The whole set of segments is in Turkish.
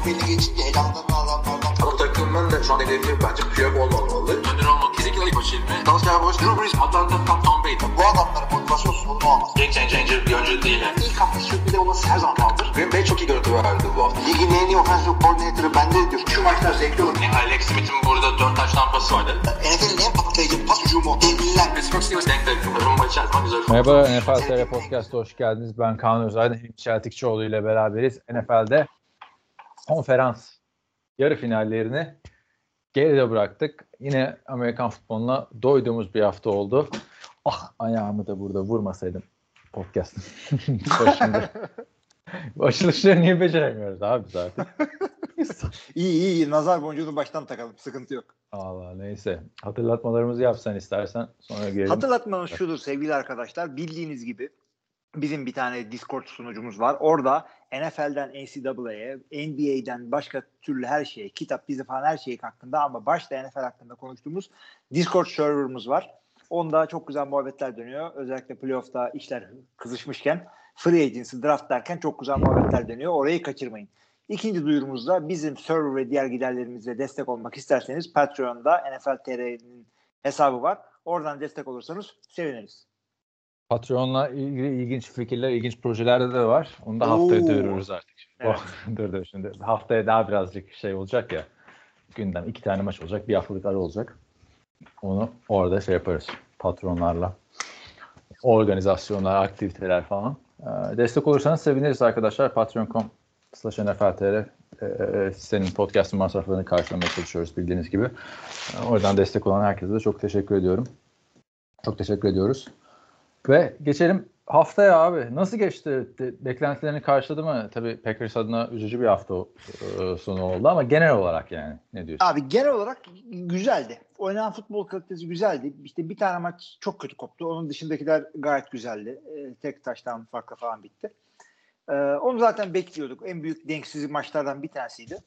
belli geçince helaldan adamlardan. Ama bu takımın da şu an hedefi bence Piyok olmamalı. Önder olmalı. Kesinlikle ilk başı ilmi. Dallas Cowboys, Drew Brees, Atlanta, Tom Brady. Bu adamların motivasyonsuz olma olmaz. Game changer bir oyuncu değil. İlk hafta sürpriz olması her zaman kaldır. Green Bay çok iyi görüntü verdi bu hafta. Ligin en iyi offensive coordinator'ı bende diyor. Şu maçlar zevkli olur. Alex Smith'in burada 4 taş tampası vardı. NFL'in en patlayıcı pas hücumu. Devliler. Pittsburgh Steelers denk denk. Rumba içerisinde güzel. Merhaba, NFL TR Podcast'a hoş geldiniz. Ben Kaan Özaydın, Hilmi Çeltikçioğlu ile beraberiz. NFL'de konferans yarı finallerini geride bıraktık. Yine Amerikan futboluna doyduğumuz bir hafta oldu. Ah, ayağımı da burada vurmasaydım podcast'ın başında. Açılışları niye beceremiyoruz abi zaten? İyi. Nazar boncuğunu baştan takalım. Sıkıntı yok. Allah neyse. Hatırlatmalarımızı yapsan istersen sonra gelelim. Hatırlatmanız şudur sevgili arkadaşlar. Bildiğiniz gibi bizim bir tane Discord sunucumuz var. Orada NFL'den NCAA'ye, NBA'den başka türlü her şeye, kitap, dizi falan her şey hakkında ama başta NFL hakkında konuştuğumuz Discord serverımız var. Onda çok güzel muhabbetler dönüyor. Özellikle playoff'ta işler kızışmışken, free agency, draft derken çok güzel muhabbetler dönüyor. Orayı kaçırmayın. İkinci duyurumuzda bizim server ve diğer giderlerimize destek olmak isterseniz Patreon'da NFL TR'nin hesabı var. Oradan destek olursanız seviniriz. Patreon'la ilgili ilginç fikirler, ilginç projelerde de var. Onu da haftaya duyururuz artık. Evet. Dur şimdi. Haftaya daha birazcık şey olacak ya. Gündem 2 tane maç olacak. Bir haftalık ara olacak. Onu orada şey yaparız. Patronlarla. Organizasyonlar, aktiviteler falan. Destek olursanız seviniriz arkadaşlar. Patreon.com/NFLTR senin podcast'ın masraflarını karşılamaya çalışıyoruz bildiğiniz gibi. Oradan destek olan herkese de çok teşekkür ediyorum. Çok teşekkür ediyoruz. Ve geçelim haftaya abi. Nasıl geçti? Beklentilerini karşıladı mı? Tabii Packers adına üzücü bir hafta sonu oldu ama genel olarak yani ne diyorsun? Abi genel olarak güzeldi. Oynanan futbol kalitesi güzeldi. İşte bir tane maç çok kötü koptu. Onun dışındakiler gayet güzeldi. Tek taştan farklı falan bitti. Onu zaten bekliyorduk. En büyük denksiz maçlardan bir tanesiydi.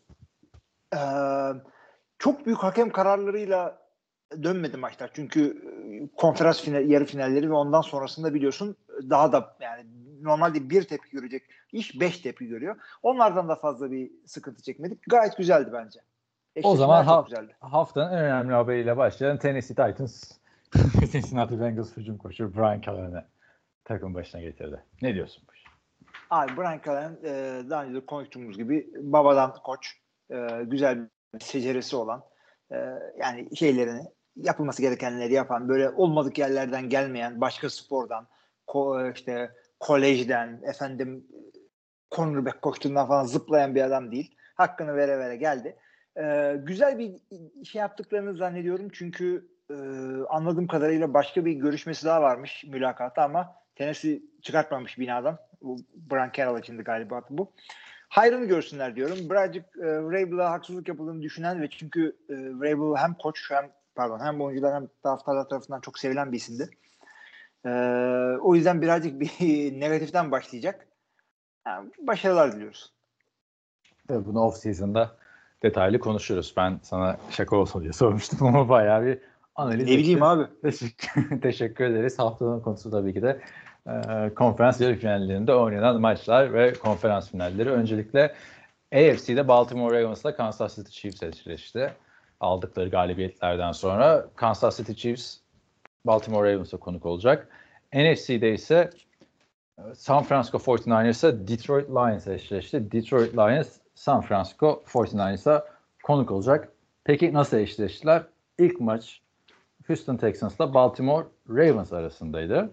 Çok büyük hakem kararlarıyla dönmedi maçlar. Çünkü konferans yarı finalleri ve ondan sonrasında biliyorsun daha da yani normalde bir tepki görecek iş 5 tepki görüyor. Onlardan da fazla bir sıkıntı çekmedik. Gayet güzeldi bence. O zaman haftanın en önemli haberiyle başlayalım. Tennessee Titans Cincinnati Bengals hücum koçu Brian Callahan'ı takım başına getirdi. Ne diyorsun bu iş? Abi Brian Callahan daha önce de konuştuğumuz gibi babadan koç, güzel bir seceresi olan yani şeylerini yapılması gerekenleri yapan, böyle olmadık yerlerden gelmeyen, başka spordan, işte kolejden, cornerback koştuğundan falan zıplayan bir adam değil. Hakkını vere vere geldi. Güzel bir şey yaptıklarını zannediyorum. Çünkü anladığım kadarıyla başka bir görüşmesi daha varmış mülakatta ama Tennessee çıkartmamış binadan. Bu Brian Carroll içindi galiba bu. Hayrını görsünler diyorum. Birazcık Vrabel'a haksızlık yapıldığını düşünen ve çünkü Vrabel hem koç hem oyuncular hem taraftarlar tarafından çok sevilen bir isimdi. O yüzden birazcık bir negatiften başlayacak. Yani başarılar diliyoruz. Tabii bunu off-season'da detaylı konuşuruz. Ben sana şaka olsun diye sormuştum ama bayağı bir analiz ettim. Ne bileyim abi. Teşekkür ederiz. Haftanın konusu tabii ki de konferans yarı finallerinde oynanan maçlar ve konferans finalleri. Öncelikle AFC'de Baltimore Ravens'la Kansas City Chiefs eşleşti. Aldıkları galibiyetlerden sonra Kansas City Chiefs Baltimore Ravens'a konuk olacak. NFC'de ise San Francisco 49ers'a Detroit Lions eşleşti. Detroit Lions San Francisco 49ers'a konuk olacak. Peki nasıl eşleştiler? İlk maç Houston Texans'la Baltimore Ravens arasındaydı.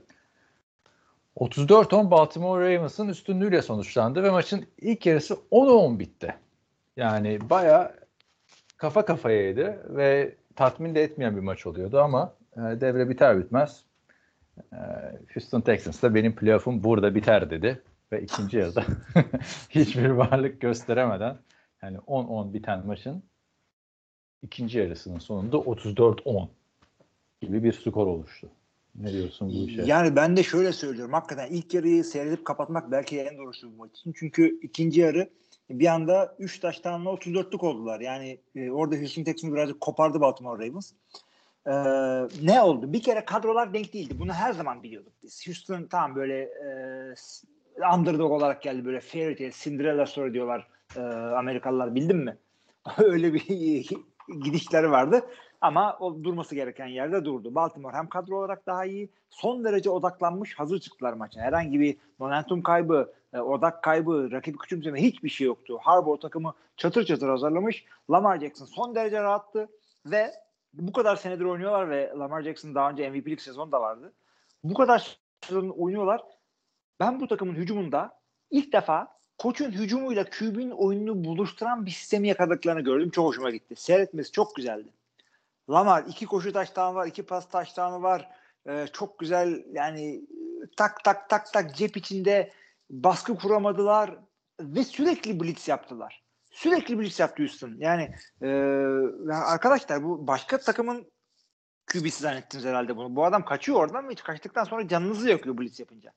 34-10 Baltimore Ravens'ın üstünlüğüyle sonuçlandı ve maçın ilk yarısı 10-10 bitti. Yani bayağı kafa kafayaydı ve tatmin de etmeyen bir maç oluyordu ama devre biter bitmez Houston Texans da benim playoff'um burada biter dedi ve ikinci yarıda hiçbir varlık gösteremeden yani 10-10 biten maçın ikinci yarısının sonunda 34-10 gibi bir skor oluştu. Ne diyorsun bu işe? Yani ben de şöyle söylüyorum. Hakikaten ilk yarıyı seyredip kapatmak belki en doğrusu bu maç için. Çünkü ikinci yarı bir anda 3 taştanla 34'lük oldular. Yani orada Houston Texans birazcık kopardı Baltimore Ravens. Ne oldu? Bir kere kadrolar denk değildi. Bunu her zaman biliyorduk biz. Houston tam böyle underdog olarak geldi. Böyle fairy tale, Cinderella story diyorlar Amerikalılar, bildin mi? Öyle bir gidişleri vardı. Ama o durması gereken yerde durdu. Baltimore hem kadro olarak daha iyi, son derece odaklanmış, hazır çıktılar maça. Herhangi bir momentum kaybı, odak kaybı, rakibi küçümseme hiçbir şey yoktu. Harbaugh takımı çatır çatır hazırlamış. Lamar Jackson son derece rahattı ve bu kadar senedir oynuyorlar ve Lamar Jackson daha önce MVP'lik sezonu da vardı. Bu kadar sezon oynuyorlar. Ben bu takımın hücumunda ilk defa koçun hücumuyla QB'nin oyununu buluşturan bir sistemi yakaladıklarını gördüm. Çok hoşuma gitti. Seyretmesi çok güzeldi. Lamar 2 koşu taştanı var, 2 pas taştanı var. Çok güzel, yani tak tak tak tak cep içinde baskı kuramadılar ve sürekli blitz yaptılar. Sürekli blitz yaptı Houston. Yani arkadaşlar, bu başka takımın QB'si zannettiniz herhalde bunu. Bu adam kaçıyor oradan ve kaçtıktan sonra canınızı yakıyor blitz yapınca.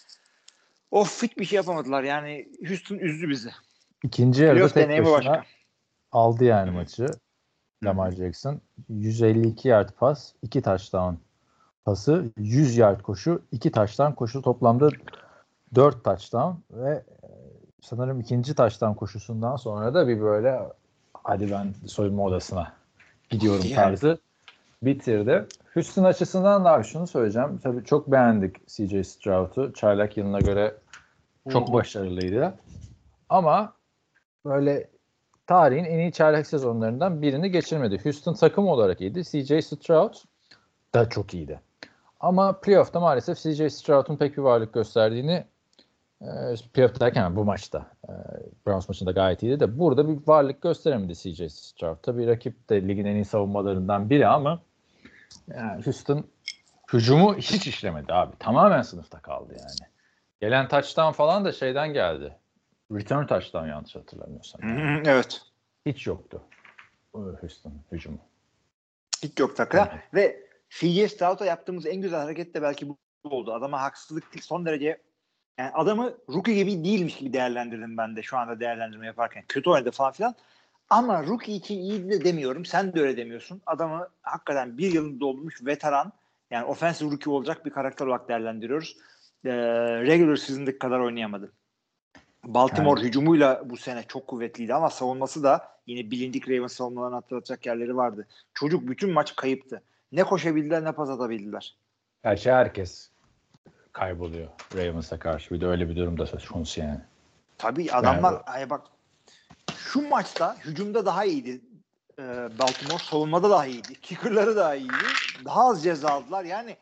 Hiçbir şey yapamadılar. Yani Houston üzdü bizi. İkinci yarıda Playoff tek deneyimi başına başka. aldı yani maçı. Lamar Jackson. 152 yard pas, 2 touchdown pası, 100 yard koşu, 2 touchdown koşu, toplamda 4 touchdown ve sanırım ikinci touchdown koşusundan sonra da bir böyle hadi ben soyunma odasına gidiyorum tarzı bitirdi. Houston açısından da şunu söyleyeceğim. Tabii çok beğendik CJ Stroud'u. Çaylak yılına göre çok başarılıydı. Ama böyle tarihin en iyi çaylak sezonlarından birini geçirmedi. Houston takım olarak iyiydi. CJ Stroud da çok iyiydi. Ama playoff'ta maalesef CJ Stroud'un pek bir varlık gösterdiğini playoff derken bu maçta Browns maçında gayet iyiydi de burada bir varlık gösteremedi CJ Stroud. Tabii rakip de ligin en iyi savunmalarından biri ama yani Houston hücumu hiç işlemedi abi. Tamamen sınıfta kaldı yani. Gelen touchdown falan da şeyden geldi. Return touchdown yanlış hatırlamıyorsam. Yani. Evet. Hiç yoktu Houston hücumu. Hiç yok takla. Evet. Ve CJ Stroud'a yaptığımız en güzel hareket de belki bu oldu. Adama haksızlık değil, son derece, yani adamı rookie gibi değilmiş gibi değerlendirdim ben de şu anda değerlendirme yaparken. Kötü oynadı falan filan. Ama rookie için iyi de demiyorum. Sen de öyle demiyorsun. Adamı hakikaten bir yılını doldurmuş veteran, yani offensive rookie olacak bir karakter olarak değerlendiriyoruz. Regular season'daki kadar oynayamadı. Baltimore hücumuyla bu sene çok kuvvetliydi ama savunması da yine bilindik Ravens savunmalarını hatırlatacak yerleri vardı. Çocuk bütün maç kayıptı. Ne koşabildiler ne pas atabildiler. Gerçi herkes kayboluyor Ravens'a karşı. Bir de öyle bir durum da söz konusu yani. Tabii adamlar bak şu maçta hücumda daha iyiydi Baltimore. Savunmada daha iyiydi. Kicker'ları daha iyiydi. Daha az ceza aldılar. Yani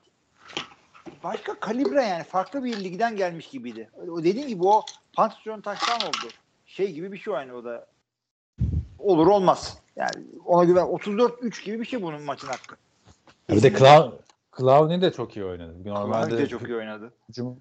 başka kalibre, yani farklı bir ligden gelmiş gibiydi. O dediğin gibi o punt return touchdown oldu. Şey gibi bir şey, yani o da olur olmaz. Yani ona güven, 34-3 gibi bir şey bunun maçın hakkı. Bir de Clowney de çok iyi oynadı. Normalde Clowney de çok iyi oynadı.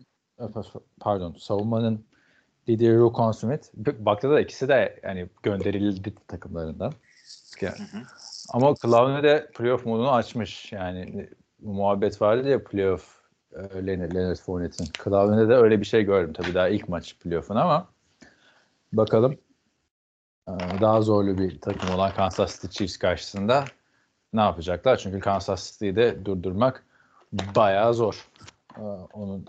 Savunmanın lideri Roquan Smith. Baktığında da ikisi de yani gönderildi takımlarından. Yani. Ama Clowney de playoff modunu açmış. Yani muhabbet vardı ya playoff Leonard Fournette'in. Clowney'de de öyle bir şey gördüm. Tabii daha ilk maç playoff'un ama bakalım daha zorlu bir takım olan Kansas City Chiefs karşısında ne yapacaklar? Çünkü Kansas City'yi de durdurmak bayağı zor. Onun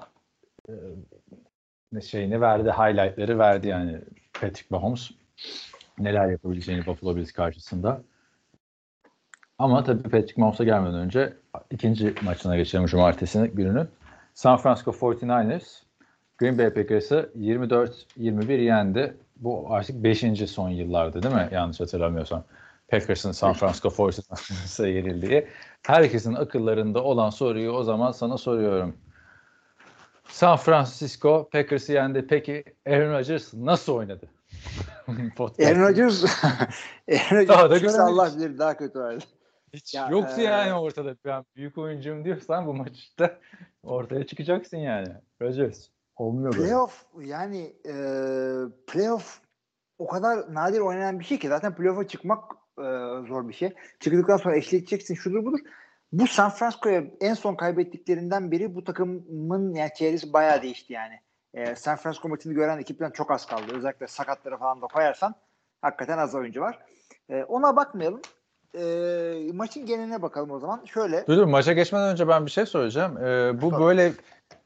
şeyini verdi, highlight'ları verdi yani Patrick Mahomes. Neler yapabileceğini Buffalo Bills karşısında. Ama tabii Patrick Mahomes'a gelmeden önce ikinci maçına geçelim cumartesi gününü. San Francisco 49ers Green Bay Packers'ı 24-21 yendi. Bu artık 5. son yıllarda değil mi? Yanlış hatırlamıyorsam. Packers'ın San Francisco 49ers'a yenildiği. Herkesin akıllarında olan soruyu o zaman sana soruyorum. San Francisco Packers'ı yendi. Peki Aaron Rodgers nasıl oynadı? Aaron Rodgers daha da Allah bilir daha kötü oynadı. Hiç yoktu yani ortada. Ben büyük oyuncuyum diyorsan bu maçta ortaya çıkacaksın yani. Rodgers. Olmuyor playoff böyle. Yani playoff o kadar nadir oynanan bir şey ki zaten playoff'a çıkmak zor bir şey. Çıktıktan sonra eşleyeceksin, şudur budur. Bu San Francisco'ya en son kaybettiklerinden beri bu takımın yani çevresi bayağı değişti yani. San Francisco maçını gören ekipten çok az kaldı. Özellikle sakatları falan da koyarsan hakikaten az oyuncu var. Ona bakmayalım. Maçın geneline bakalım o zaman. Şöyle. Dur maça geçmeden önce ben bir şey söyleyeceğim. Bu böyle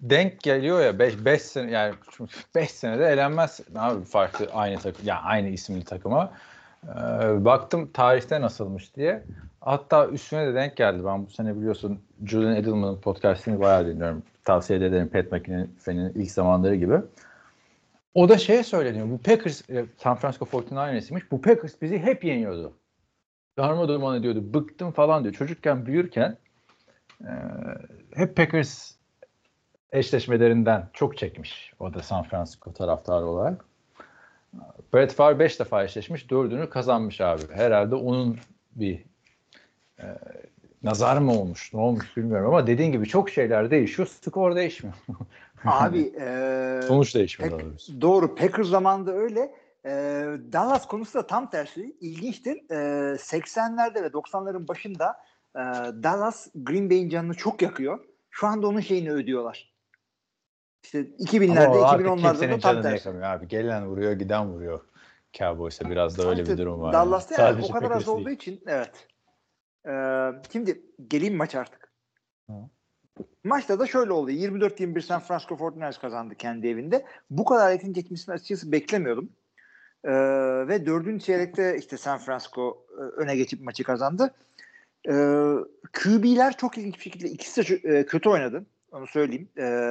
denk geliyor ya 5 sene yani 5 senede elenmez abi farklı aynı takım yani aynı isimli takıma. Baktım tarihte nasılmış diye. Hatta üstüne de denk geldi. Ben bu sene biliyorsun Julian Edelman'ın podcast'ini bayağı dinliyorum. Tavsiye ederim Pat McAfee'nin ilk zamanları gibi. O da söyleniyor. Bu Packers San Francisco 49ers'iymiş. Bu Packers bizi hep yeniyordu. Darmadağın ediyordu. Bıktım falan diyor. Çocukken büyürken hep Packers eşleşmelerinden çok çekmiş. O da San Francisco taraftarı olarak. Brett Favre 5 defa eşleşmiş. 4'ünü kazanmış abi. Herhalde onun bir nazar mı olmuş? Ne olmuş bilmiyorum ama dediğin gibi çok şeyler değişiyor. Skor değişmiyor. Abi sonuç değişmiyor. Doğru. Packers zamanında öyle. Dallas konusu da tam tersi. İlginçtir. 80'lerde ve 90'ların başında Dallas Green Bay'in canını çok yakıyor. Şu anda onun şeyini ödüyorlar. İşte 2000'lerde, 2010'larda da tam tersi. Abi. Gelen vuruyor, giden vuruyor. Cowboys'a biraz da öyle bir durum var. Dallas'ta yani. O kadar az olduğu için evet. Şimdi geleyim maç artık. Hı. Maçta da şöyle oldu. 24-21 San Francisco 49ers kazandı kendi evinde. Bu kadar yakın geçmesini açıkçası beklemiyordum. Ve 4. çeyrekte işte San Francisco öne geçip maçı kazandı. QB'ler çok ilginç bir şekilde ikisi de kötü oynadı. Onu söyleyeyim.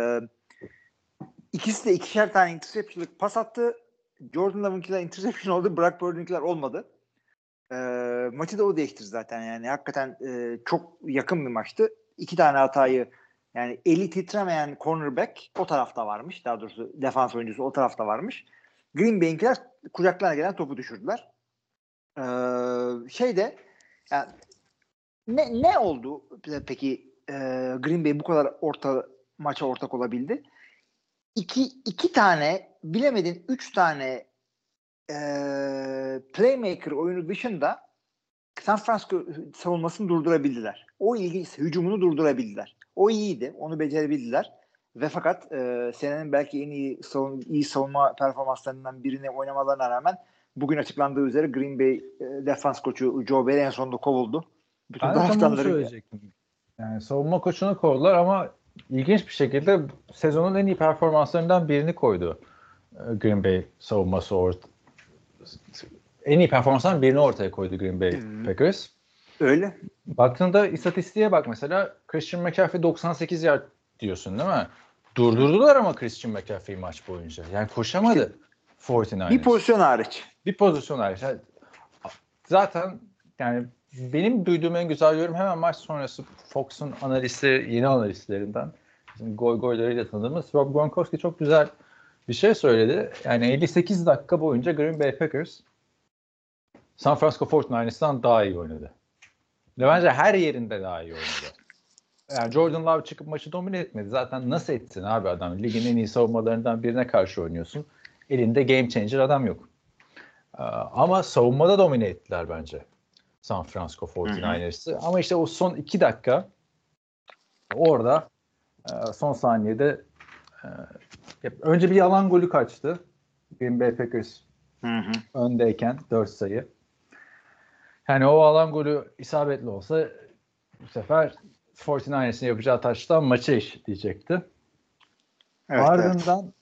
İkisi de 2'şer tane interception'lık pas attı. Jordan Love'ınkiler interception oldu. Brock Purdy'ninkiler olmadı. Maçı da o değiştirdi zaten. Yani hakikaten çok yakın bir maçtı. 2 tane hatayı yani eli titremeyen cornerback o tarafta varmış. Daha doğrusu defans oyuncusu o tarafta varmış. Green Bay'inkiler kucaklarına gelen topu düşürdüler. Yani ne oldu peki Green Bay bu kadar maça ortak olabildi? İki tane bilemedin 3 tane playmaker oyunu dışında San Francisco savunmasını durdurabildiler. O ilginç hücumunu durdurabildiler. O iyiydi. Onu becerebildiler. Ve fakat senenin belki en iyi savunma performanslarından birini oynamalarına rağmen bugün açıklandığı üzere Green Bay defans koçu Joe Barry en sonunda kovuldu. Bütün taraftarları söyleyecektim. Yani savunma koçunu kovdular ama ilginç bir şekilde sezonun en iyi performanslarından birini koydu Green Bay savunması en iyi performanslardan birini ortaya koydu Green Bay Packers. Öyle. Baktığında istatistiğe bak mesela Christian McCaffrey 98 yard diyorsun değil mi? Durdurdular ama Christian McCaffrey maç boyunca. Yani koşamadı 49ers. Bir pozisyon hariç. Yani zaten yani benim duyduğum en güzel yorum hemen maç sonrası Fox'un yeni analistlerinden bizim goylarıyla tanıdığımız Rob Gronkowski çok güzel bir şey söyledi. Yani 58 dakika boyunca Green Bay Packers San Francisco 49ers'tan daha iyi oynadı. Ve bence her yerinde daha iyi oynadı. Yani Jordan Love çıkıp maçı domine etmedi. Zaten nasıl etsin abi adam? Ligin en iyi savunmalarından birine karşı oynuyorsun. Elinde game changer adam yok. Ama savunmada domine ettiler bence. San Francisco 49ers'ı. Ama işte o son 2 dakika orada son saniyede önce bir yalan golü kaçtı. Green Bay Packers öndeyken 4 sayı. Yani o alan golü isabetli olsa bu sefer 49ers'in yapacağı taştan maçı eşitleyecekti. Evet, ardından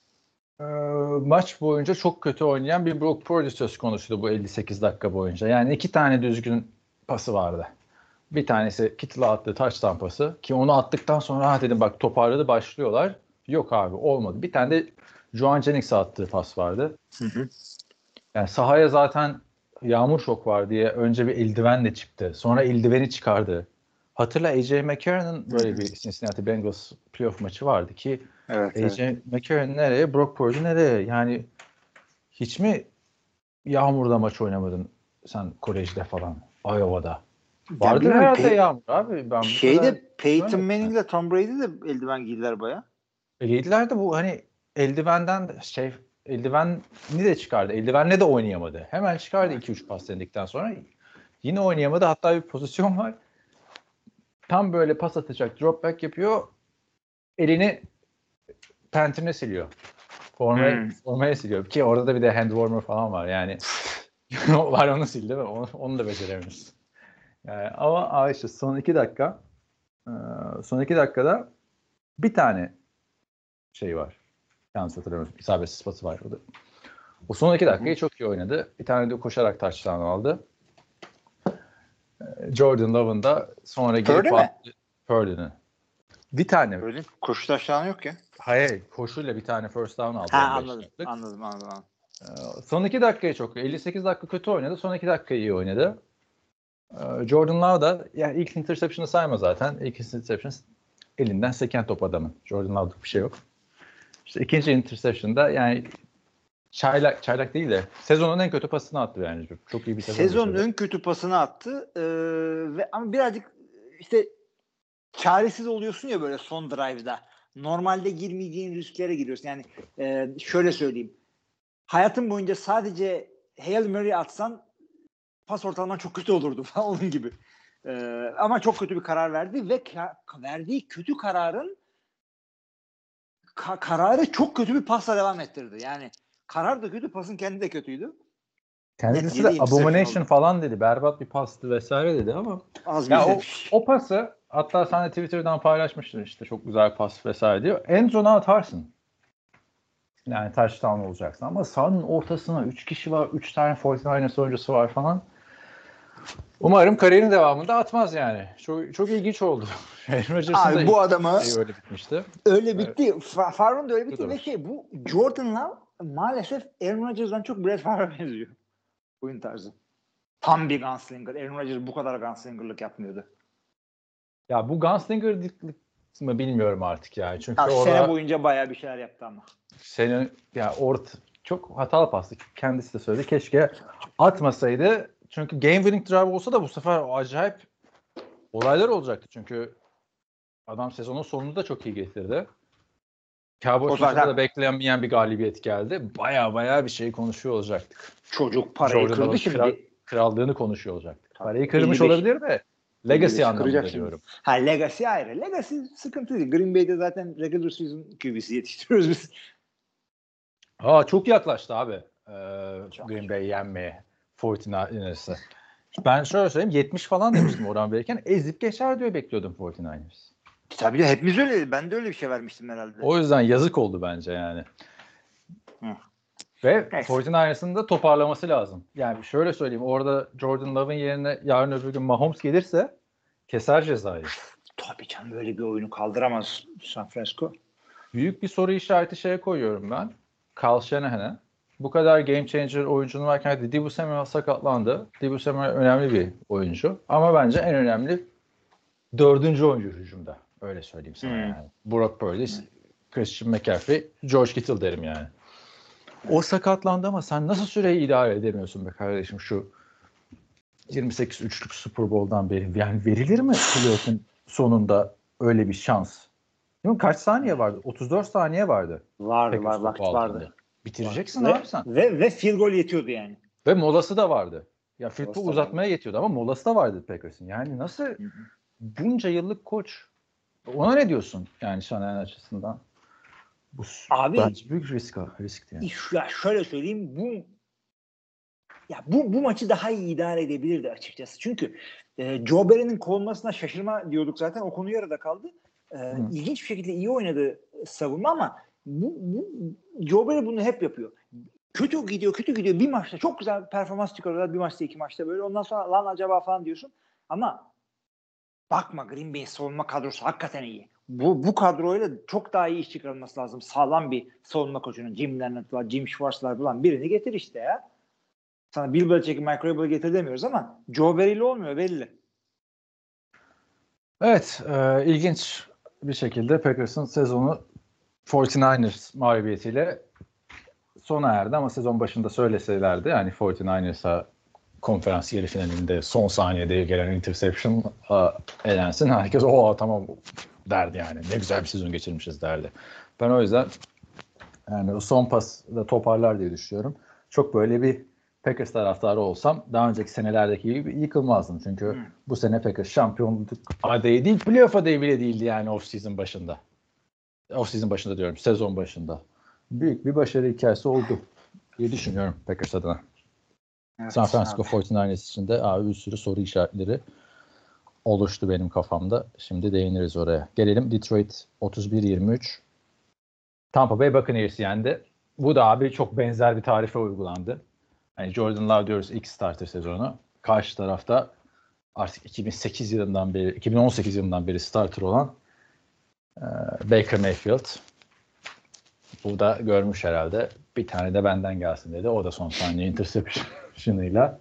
maç boyunca çok kötü oynayan bir Brock Purdy söz konusuydu bu 58 dakika boyunca. Yani 2 tane düzgün pası vardı. Bir tanesi Kittle'a attığı touchdown pası ki onu attıktan sonra dedim bak toparladı başlıyorlar. Yok abi olmadı. Bir tane de Joan Jennings'e attığı pas vardı. Yani sahaya zaten yağmur şok var diye önce bir eldivenle çıktı. Sonra eldiveni çıkardı. Hatırla AJ McCarron'ın böyle bir Cincinnati Bengals playoff maçı vardı ki AJ McCarron nereye? Brock Purdy nereye? Yani hiç mi yağmurda maç oynamadın sen kolejde falan? Iowa'da. Vardır herhalde yağmur abi. Peyton Manning ile Tom Brady de eldiven giydiler baya. Giydiler de bu hani eldivenden eldivenini de çıkardı. Eldivenle de oynayamadı. Hemen çıkardı 2-3 pas denedikten sonra. Yine oynayamadı. Hatta bir pozisyon var. Tam böyle pas atacak. Drop back yapıyor. Elini pentrine siliyor. Formaya siliyor. Ki orada da bir de hand warmer falan var. Yani var onu sildi mi? Onu da beceremiyoruz. Yani, ama işte son 2 dakika son 2 dakikada bir tane şeyi var. Yanlış hatırlamıyorum. İsabetsiz pası var. O son 2 dakikayı çok iyi oynadı. Bir tane de koşarak touchdown aldı. Jordan Love'ın da sonra Purdy mi? Purdy'nin. Bir tane. Öyle koşu taşlarına yok ya. Hayır. Koşuyla bir tane first down aldı. Anladım. Son 2 dakikayı çok iyi. 58 dakika kötü oynadı. Son 2 dakikayı iyi oynadı. Jordan Love da yani ilk interception'ı sayma zaten. İlk interception elinden seken top adamın. Jordan Love'lık bir şey yok. İşte ikinci interception'da yani çaylak değil de sezonun en kötü pasını attı yani. Çok iyi bir sezon. Sezonun en kötü pasını attı. Ama birazcık işte çaresiz oluyorsun ya böyle son drive'da. Normalde girmeyeceğin risklere giriyorsun. Yani şöyle söyleyeyim. Hayatın boyunca sadece Hail Mary atsan pas ortalaman çok kötü olurdu falan onun gibi. Ama çok kötü bir karar verdi ve verdiği kötü kararın kararı çok kötü bir pasla devam ettirdi. Yani karar da kötü, pasın kendi de kötüydü. Kendisi de abomination falan dedi. Berbat bir pastı vesaire dedi ama o pası hatta sen de Twitter'dan paylaşmıştın işte çok güzel pas vesaire diyor. End zone'a atarsın. Yani touchdown olacaksın ama sahanın ortasına 3 kişi var. 3 tane 49ers oyuncusu var falan. Umarım kariyerin devamında atmaz yani. Çok ilginç oldu. Abi bu adamı öyle bitmişti. Öyle bitti. Favre'ın da öyle bitti ve bu Jordan Love maalesef Aaron Rodgers'dan çok Brett Favre'a benziyor. Oyun tarzı. Tam bir gunslinger. Aaron Rodgers bu kadar gunslinger'lık yapmıyordu. Ya bu gunslinger'lık mı bilmiyorum artık yani. Çünkü sene boyunca bayağı bir şeyler yaptı ama. Çok hatalı pastı. Kendisi de söyledi. Keşke atmasaydı. Çünkü game winning drive olsa da bu sefer acayip olaylar olacaktı. Çünkü adam sezonun sonunu da çok iyi getirdi. Cowboys maçında da beklenmeyen bir galibiyet geldi. Baya bir şey konuşuyor olacaktık. Çocuk parayı kırdı şimdi. Krallığını konuşuyor olacaktık. Parayı kırmış olabilir de legacy anlamında diyorum. Legacy ayrı. Legacy sıkıntı değil. Green Bay'de zaten regular season QB'si yetiştiriyoruz biz. Çok yaklaştı abi. Green Bay yenmeye. 49ers'ı. Ben şöyle söyleyeyim 70 falan demiştim oradan verirken ezip geçer diyor bekliyordum 49ers. Tabii de hepimiz öyle. Ben de öyle bir şey vermiştim herhalde. O yüzden yazık oldu bence yani. Ve 49ers'ın da toparlaması lazım. Yani şöyle söyleyeyim orada Jordan Love'ın yerine yarın öbür gün Mahomes gelirse keser cezayı. Tabii canım böyle bir oyunu kaldıramaz San Francisco. Büyük bir soru işareti şeye koyuyorum ben. Kyle Shanahan'e. Bu kadar game changer oyuncunun varken Deebo Samuel sakatlandı. Deebo Samuel önemli bir oyuncu. Ama bence en önemli 4. oyuncu hücumda. Öyle söyleyeyim sana yani. Brock Purdy, Christian McCaffrey, George Kittle derim yani. O sakatlandı ama sen nasıl süreyi idare edemiyorsun be kardeşim şu 28 üçlük Super Bowl'dan beri. Yani verilir mi playoff'un sonunda öyle bir şans? Değil mi? Kaç saniye vardı? 34 saniye vardı. Vakit vardı. Bitireceksin abi sen. Ve field goal yetiyordu yani. Ve molası da vardı. Ya field goal uzatmaya yetiyordu ama molası da vardı Packers'ın. Yani nasıl bunca yıllık koç ona ne diyorsun yani Shanahan açısından? Bu abi bence büyük riskti yani. Ya şöyle söyleyeyim bu maçı daha iyi idare edebilirdi açıkçası. Çünkü Joe Barry'nin kovulmasına şaşırma diyorduk zaten. O konu yarıda kaldı. İlginç bir şekilde iyi oynadı savunma ama Joe Barry bunu hep yapıyor. Kötü gidiyor. Bir maçta çok güzel performans çıkarıyorlar. Bir maçta 2 maçta böyle. Ondan sonra lan acaba falan diyorsun. Ama bakma Green Bay'in savunma kadrosu hakikaten iyi. Bu kadroyla çok daha iyi iş çıkarılması lazım. Sağlam bir savunma koçunun Jim Leonard'lar, Jim Schwartz'lar falan birini getir işte ya. Sana Bill Belichick'i, Mike Vrabel'ı getir demiyoruz ama Joe Barry'li olmuyor belli. Evet. İlginç bir şekilde Packers'ın sezonu 49ers mağlubiyetiyle sona erdi ama sezon başında söyleselerdi yani 49ers'a konferans yarı finalinde son saniyede gelen interception elensin. Herkes tamam derdi yani. Ne güzel bir sezon geçirmişiz derdi. Ben o yüzden yani o son pas da toparlar diye düşünüyorum. Çok böyle bir Packers taraftarı olsam daha önceki senelerdeki gibi yıkılmazdım. Çünkü bu sene Packers şampiyonluk adayı değil, playoff adayı bile değildi yani off-season başında. Off-season başında diyorum, sezon başında. Büyük bir başarı hikayesi oldu diye düşünüyorum Packers adına. Evet, San Francisco 49ers için de bir sürü soru işaretleri oluştu benim kafamda. Şimdi değiniriz oraya. Gelelim Detroit 31-23 Tampa Bay Buccaneers'i yendi. Bu da abi çok benzer bir tarife uygulandı. Hani Jordan Love diyoruz ilk starter sezonu. Karşı tarafta artık 2018 yılından beri starter olan Baker Mayfield. Bu da görmüş herhalde. Bir tane de benden gelsin dedi. O da son saniye interception'ıyla.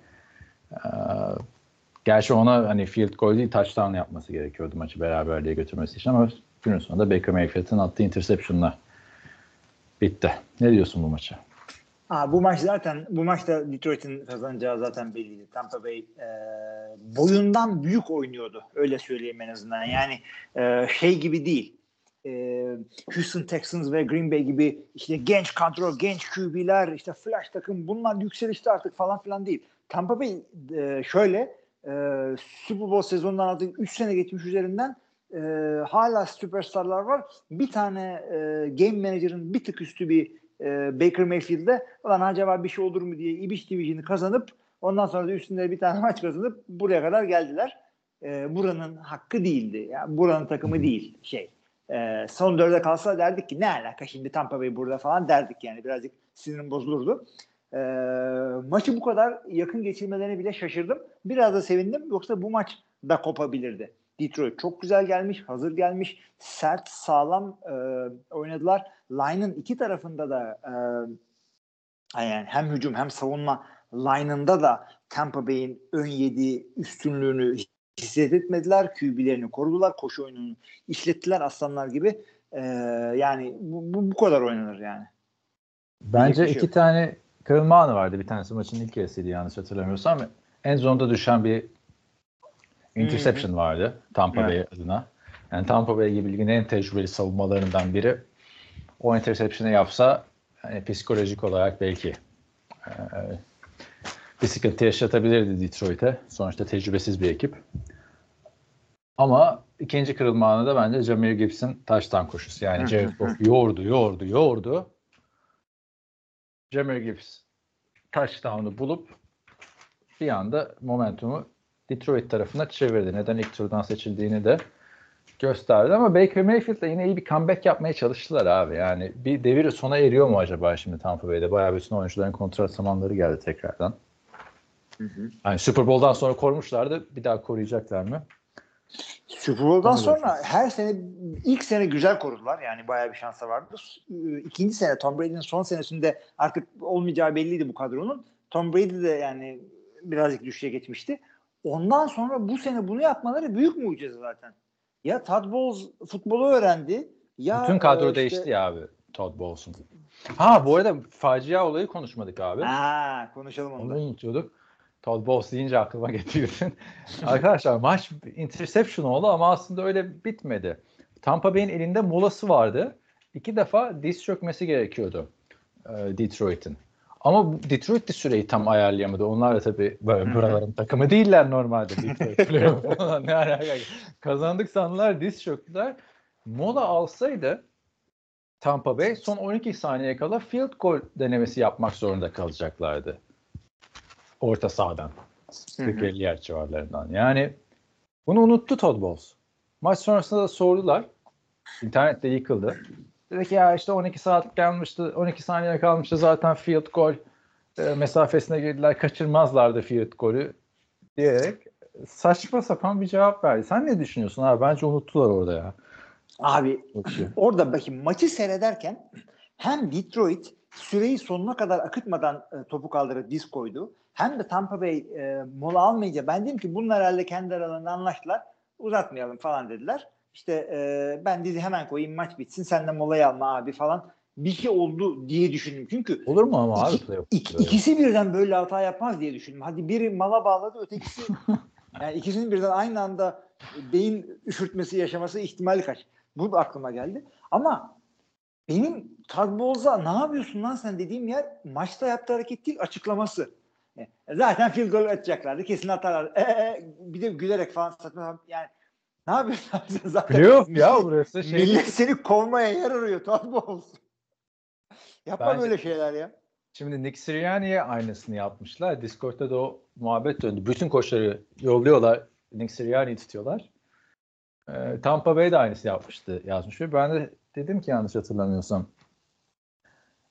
Gerçi ona hani field goal değil touchdown yapması gerekiyordu maçı beraberliğe götürmesi için ama günün sonunda Baker Mayfield'ın attığı interception'la bitti. Ne diyorsun bu maça? Bu maçta Detroit'in kazanacağı zaten belliydi. Tampa Bay boyundan büyük oynuyordu. Öyle söyleyeyim en azından. Yani şey gibi değil. Houston Texans ve Green Bay gibi işte genç kadro, genç QB'ler, işte flash takım bunlar yükselişte artık falan filan değil. Tampa Bay şöyle Super Bowl sezonundan artık 3 sene geçmiş üzerinden hala süperstarlar var. Bir tane game manager'ın bir tık üstü bir Baker Mayfield'de ulan acaba bir şey olur mu diye İbiş Division'ı kazanıp ondan sonra da üstünde bir tane maç kazanıp buraya kadar geldiler. Buranın hakkı değildi. Yani buranın takımı değil son dörde kalsa derdik ki ne alaka şimdi Tampa Bay burada falan derdik yani birazcık sinirim bozulurdu. Maçı bu kadar yakın geçirmelerine bile şaşırdım. Biraz da sevindim. Yoksa bu maç da kopabilirdi. Detroit çok güzel gelmiş, hazır gelmiş, sert, sağlam oynadılar. Line'ın iki tarafında da yani hem hücum hem savunma line'ında da Tampa Bay'in ön yediği üstünlüğünü hissetmediler. QB'lerini korudular. Koşu oyununu işlettiler aslanlar gibi. Yani bu kadar oynanır yani. Bence iki tane kırılma anı vardı. Bir tanesi maçın ilk yarısıydı yanlış hatırlamıyorsam. En zonda düşen bir interception vardı Tampa Bay adına. Yani Tampa Bay gibi ligin en tecrübeli savunmalarından biri. O interception'ı yapsa yani psikolojik olarak belki bir sıkıntı yaşatabilirdi Detroit'e. Sonuçta tecrübesiz bir ekip. Ama ikinci kırılma anı da bence Jahmyr Gibbs'in touchdown koşusu. Yani Jared Goff yordu. Jahmyr Gibbs touchdown'u bulup bir anda momentumu Detroit tarafına çevirdi. Neden ilk turdan seçildiğini de gösterdi. Ama Baker Mayfield'la yine iyi bir comeback yapmaya çalıştılar abi. Yani bir devir sona eriyor mu acaba şimdi Tampa Bay'de? Bayağı bütün oyuncuların kontrat zamanları geldi tekrardan. Yani Super Bowl'dan sonra korumuşlardı. Bir daha koruyacaklar mı? Super Bowl'dan sonra her sene ilk sene güzel korudular. Yani bayağı bir şansı vardı. İkinci sene Tom Brady'nin son senesinde artık olmayacağı belliydi bu kadronun. Tom Brady de yani birazcık düşüşe geçmişti. Ondan sonra bu sene bunu yapmaları büyük mucize zaten. Ya Todd Bowles futbolu öğrendi. Ya bütün kadro değişti ya abi Todd Bowles'un. Bu arada facia olayı konuşmadık abi. Konuşalım onu. Onu unutuyorduk. Todd Bowles deyince aklıma getirdin. Arkadaşlar maç interception oldu ama aslında öyle bitmedi. Tampa Bay'in elinde molası vardı. 2 defa diz çökmesi gerekiyordu Detroit'in. Ama Detroit de süreyi tam ayarlayamadı. Onlar da tabii böyle buraların takımı değiller normalde. Detroit ne alaka? Kazandık sandılar, diz çöktüler. Mola alsaydı Tampa Bay son 12 saniye kala field goal denemesi yapmak zorunda kalacaklardı. Orta sahadan. 40-50 yer civarlarından. Yani bunu unuttu Todd Bowles. Maç sonrasında da sordular. İnternet de yıkıldı. Dedi ki ya işte 12 saat kalmıştı. 12 saniye kalmıştı zaten field goal mesafesine girdiler. Kaçırmazlardı field golü diyerek saçma sapan bir cevap verdi. Sen ne düşünüyorsun abi? Bence unuttular orada ya. Abi orada bakayım maçı seyrederken hem Detroit süreyi sonuna kadar akıtmadan topu kaldırıp diz koydu. Hem de Tampa Bay mola almayınca ben dedim ki bunlar herhalde kendi aralarında anlaştılar. Uzatmayalım falan dediler. İşte ben dizi hemen koyayım maç bitsin sen de molayı alma abi falan. Bir şey oldu diye düşündüm. Çünkü olur mu ama abi ikisi birden böyle hata yapmaz diye düşündüm. Hadi biri mala bağladı ötekisi yani ikisinin birden aynı anda beyin üşürtmesi yaşaması ihtimali kaç. Bu da aklıma geldi. Ama benim Todd Bowles'a ne yapıyorsun lan sen dediğim yer maçta yaptığı hareket değil açıklaması. Zaten field goal atacaklardı. Kesin atarlar. Bir de gülerek falan saçma yani ne yapıyorsun zaten? Playoff ya burası. Millet seni kovmaya yer arıyor Todd Bowles. Yapma böyle şeyler ya. Şimdi Nick Sirianni'ye aynısını yapmışlar. Discord'da da o muhabbet döndü. Bütün koçları yolluyorlar. Nick Sirianni'yi tutuyorlar. Tampa Bay de aynısı yapmıştı yazmış. Ben de dedim ki yanlış hatırlamıyorsam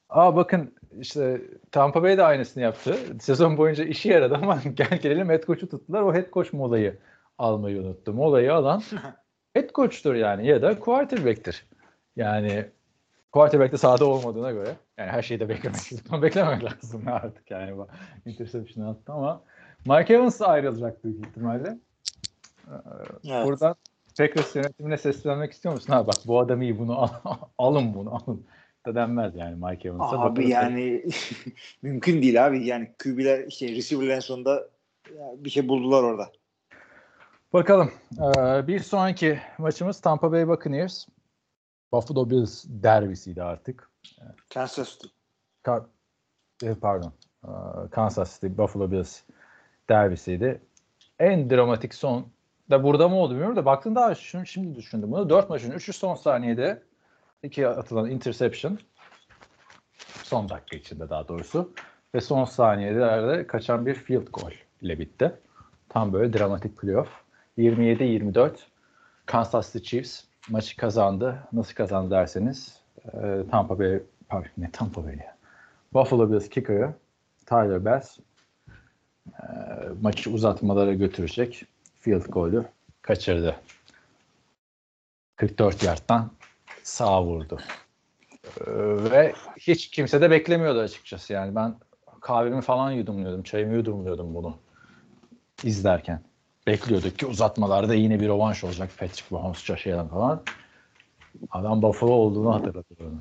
Bakın işte Tampa Bay de aynısını yaptı. Sezon boyunca işi yaradı ama gelelim head coach'u tuttular. O head coach molayı almayı unuttu. Molayı alan head coach'tur yani ya da quarterback'tir. Yani quarterback de sahada olmadığına göre yani her şeyi de beklememek lazım artık yani bu interception attı ama Mike Evans ayrılacak büyük ihtimalle. Evet. Buradan Packers yönetimine seslenmek istiyor musun? Bak bu adam iyi, bunu alın alın da denmez yani Mike Evans'a. Abi yani mümkün değil abi. Yani QB'ler receiver'lerin sonunda bir şey buldular orada. Bakalım. Bir sonraki maçımız Tampa Bay Buccaneers. Buffalo Bills derbisiydi artık. Kansas City. Kansas City Buffalo Bills derbisiydi. En dramatik son da burada mı oldu bilmiyorum da baktığında şimdi düşündüm bunu. 4 maçın 3'ü son saniyede 2 atılan interception son dakika içinde daha doğrusu ve son saniyelerde kaçan bir field goal ile bitti. Tam böyle dramatik playoff. 27-24 Kansas City Chiefs maçı kazandı. Nasıl kazandı derseniz Tampa Bay ya. Buffalo Bills kicker'ı Tyler Bass maçı uzatmalara götürecek field goal'ü kaçırdı. 44 yardtan sağa vurdu. Ve hiç kimse de beklemiyordu açıkçası. Yani ben kahvemi falan yudumluyordum, çayımı yudumluyordum bunu izlerken. Bekliyorduk ki uzatmalarda yine bir rövanş olacak. Patrick Mahomes, Josh Allen falan. Adam Buffalo olduğunu hatırladı onu.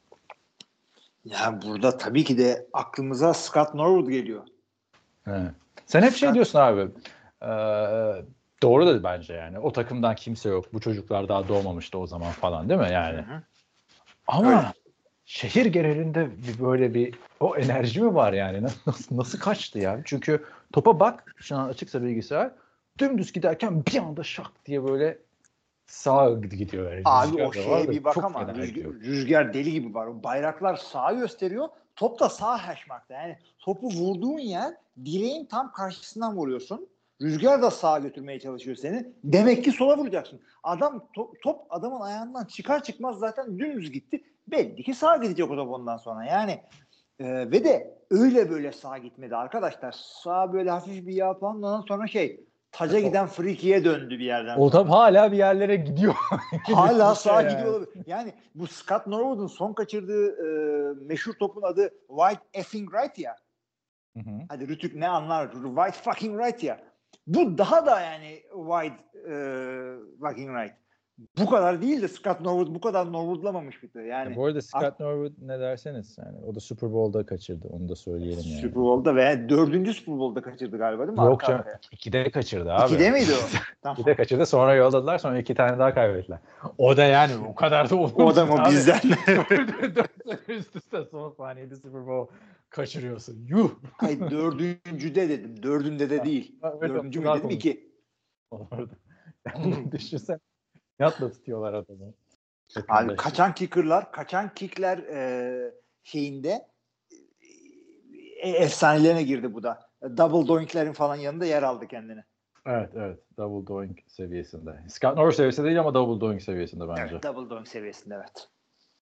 Ya burada tabii ki de aklımıza Scott Norwood geliyor. Evet. Sen hep şey diyorsun abi. Doğru da bence yani. O takımdan kimse yok. Bu çocuklar daha doğmamıştı o zaman falan değil mi yani? Hı-hı. Ama öyle. Şehir genelinde böyle bir o enerji mi var yani? Nasıl kaçtı ya? Çünkü topa bak, şu an açıksa bilgisayar, dümdüz giderken bir anda şak diye böyle sağa gidiyor. Yani. Abi o şeye bir bak ama rüzgar deli gibi var. O bayraklar sağa gösteriyor. Top da sağ haşmakta. Yani topu vurduğun yer direğin tam karşısından vuruyorsun. Rüzgar da sağa götürmeye çalışıyor seni. Demek ki sola vuracaksın. Adam top adamın ayağından çıkar çıkmaz zaten dümdüz gitti. Belli ki sağa gidecek o top ondan sonra. Yani ve de öyle böyle sağa gitmedi arkadaşlar. Sağa böyle hafif bir yapan ondan sonra taca giden freaky'e döndü bir yerden sonra. O top hala bir yerlere gidiyor. Hala sağa gidiyor. Yani bu Scott Norwood'un son kaçırdığı meşhur topun adı White effing right ya. Hı-hı. Hadi Rütük ne anlar? White fucking right ya. Bu daha da yani White fucking right. Bu kadar değil de Scott Norwood bu kadar Norwood'lamamış bir de. Yani bu arada Scott Norwood ne derseniz yani o da Super Bowl'da kaçırdı. Onu da söyleyelim yani. Super Bowl'da ve 4. Super Bowl'da kaçırdı galiba değil mi? Yok canım. 2'de kaçırdı abi. 2'de miydi o? Tamam. 2'de kaçırdı. Sonra yolladılar. Sonra 2 tane daha kaybettiler. O da yani o kadar da olmadı. O da mı bizden? 4 üst üste son saniyede Super Bowl kaçırıyorsun. Yuh. Hayır 4'üncüde dedim. 4'ünde de değil. 4. mü dedim 2. Yani düşünsen yatla tutuyorlar adamı. Abi kaçan kickler şeyinde efsanelerine girdi bu da. Double doink'lerin falan yanında yer aldı kendine. Evet. Double doink seviyesinde. Scott Norwood seviyesinde değil ama double doink seviyesinde bence. Evet, double doink seviyesinde evet.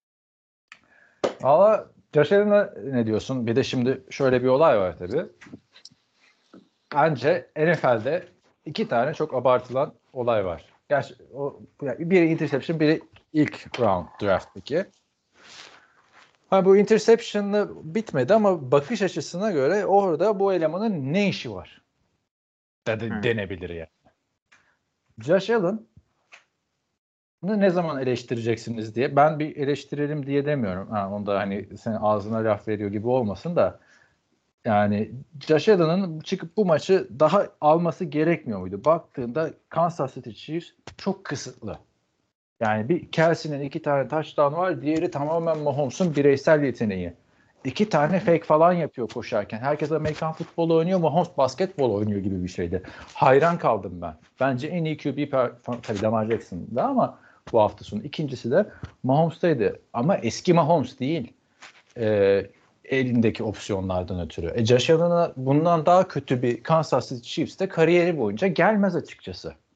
Valla Josh Allen'a ne diyorsun? Bir de şimdi şöyle bir olay var tabii. Bence NFL'de 2 tane çok abartılan olay var. Gerçi biri interception, biri ilk round draft'taki. Bu interception'la bitmedi ama bakış açısına göre orada bu elemanın ne işi var? Denebilir yani. Josh Allen bunu ne zaman eleştireceksiniz diye. Ben bir eleştirelim diye demiyorum. Onda hani senin ağzına laf veriyor gibi olmasın da yani Josh Allen'ın çıkıp bu maçı daha alması gerekmiyor muydu? Baktığında Kansas City Chiefs çok kısıtlı. Yani bir Kelsey'nin 2 tane touchdown var. Diğeri tamamen Mahomes'un bireysel yeteneği. 2 tane fake falan yapıyor koşarken. Herkes Amerikan futbolu oynuyor. Mahomes basketbol oynuyor gibi bir şeydi. Hayran kaldım ben. Bence en iyi QB tabii Lamar Jackson'da ama bu hafta sonu. İkincisi de Mahomes'taydı. Ama eski Mahomes değil. Elindeki opsiyonlardan ötürü. Josh Allen'a bundan daha kötü bir Kansas City Chiefs'te kariyeri boyunca gelmez açıkçası.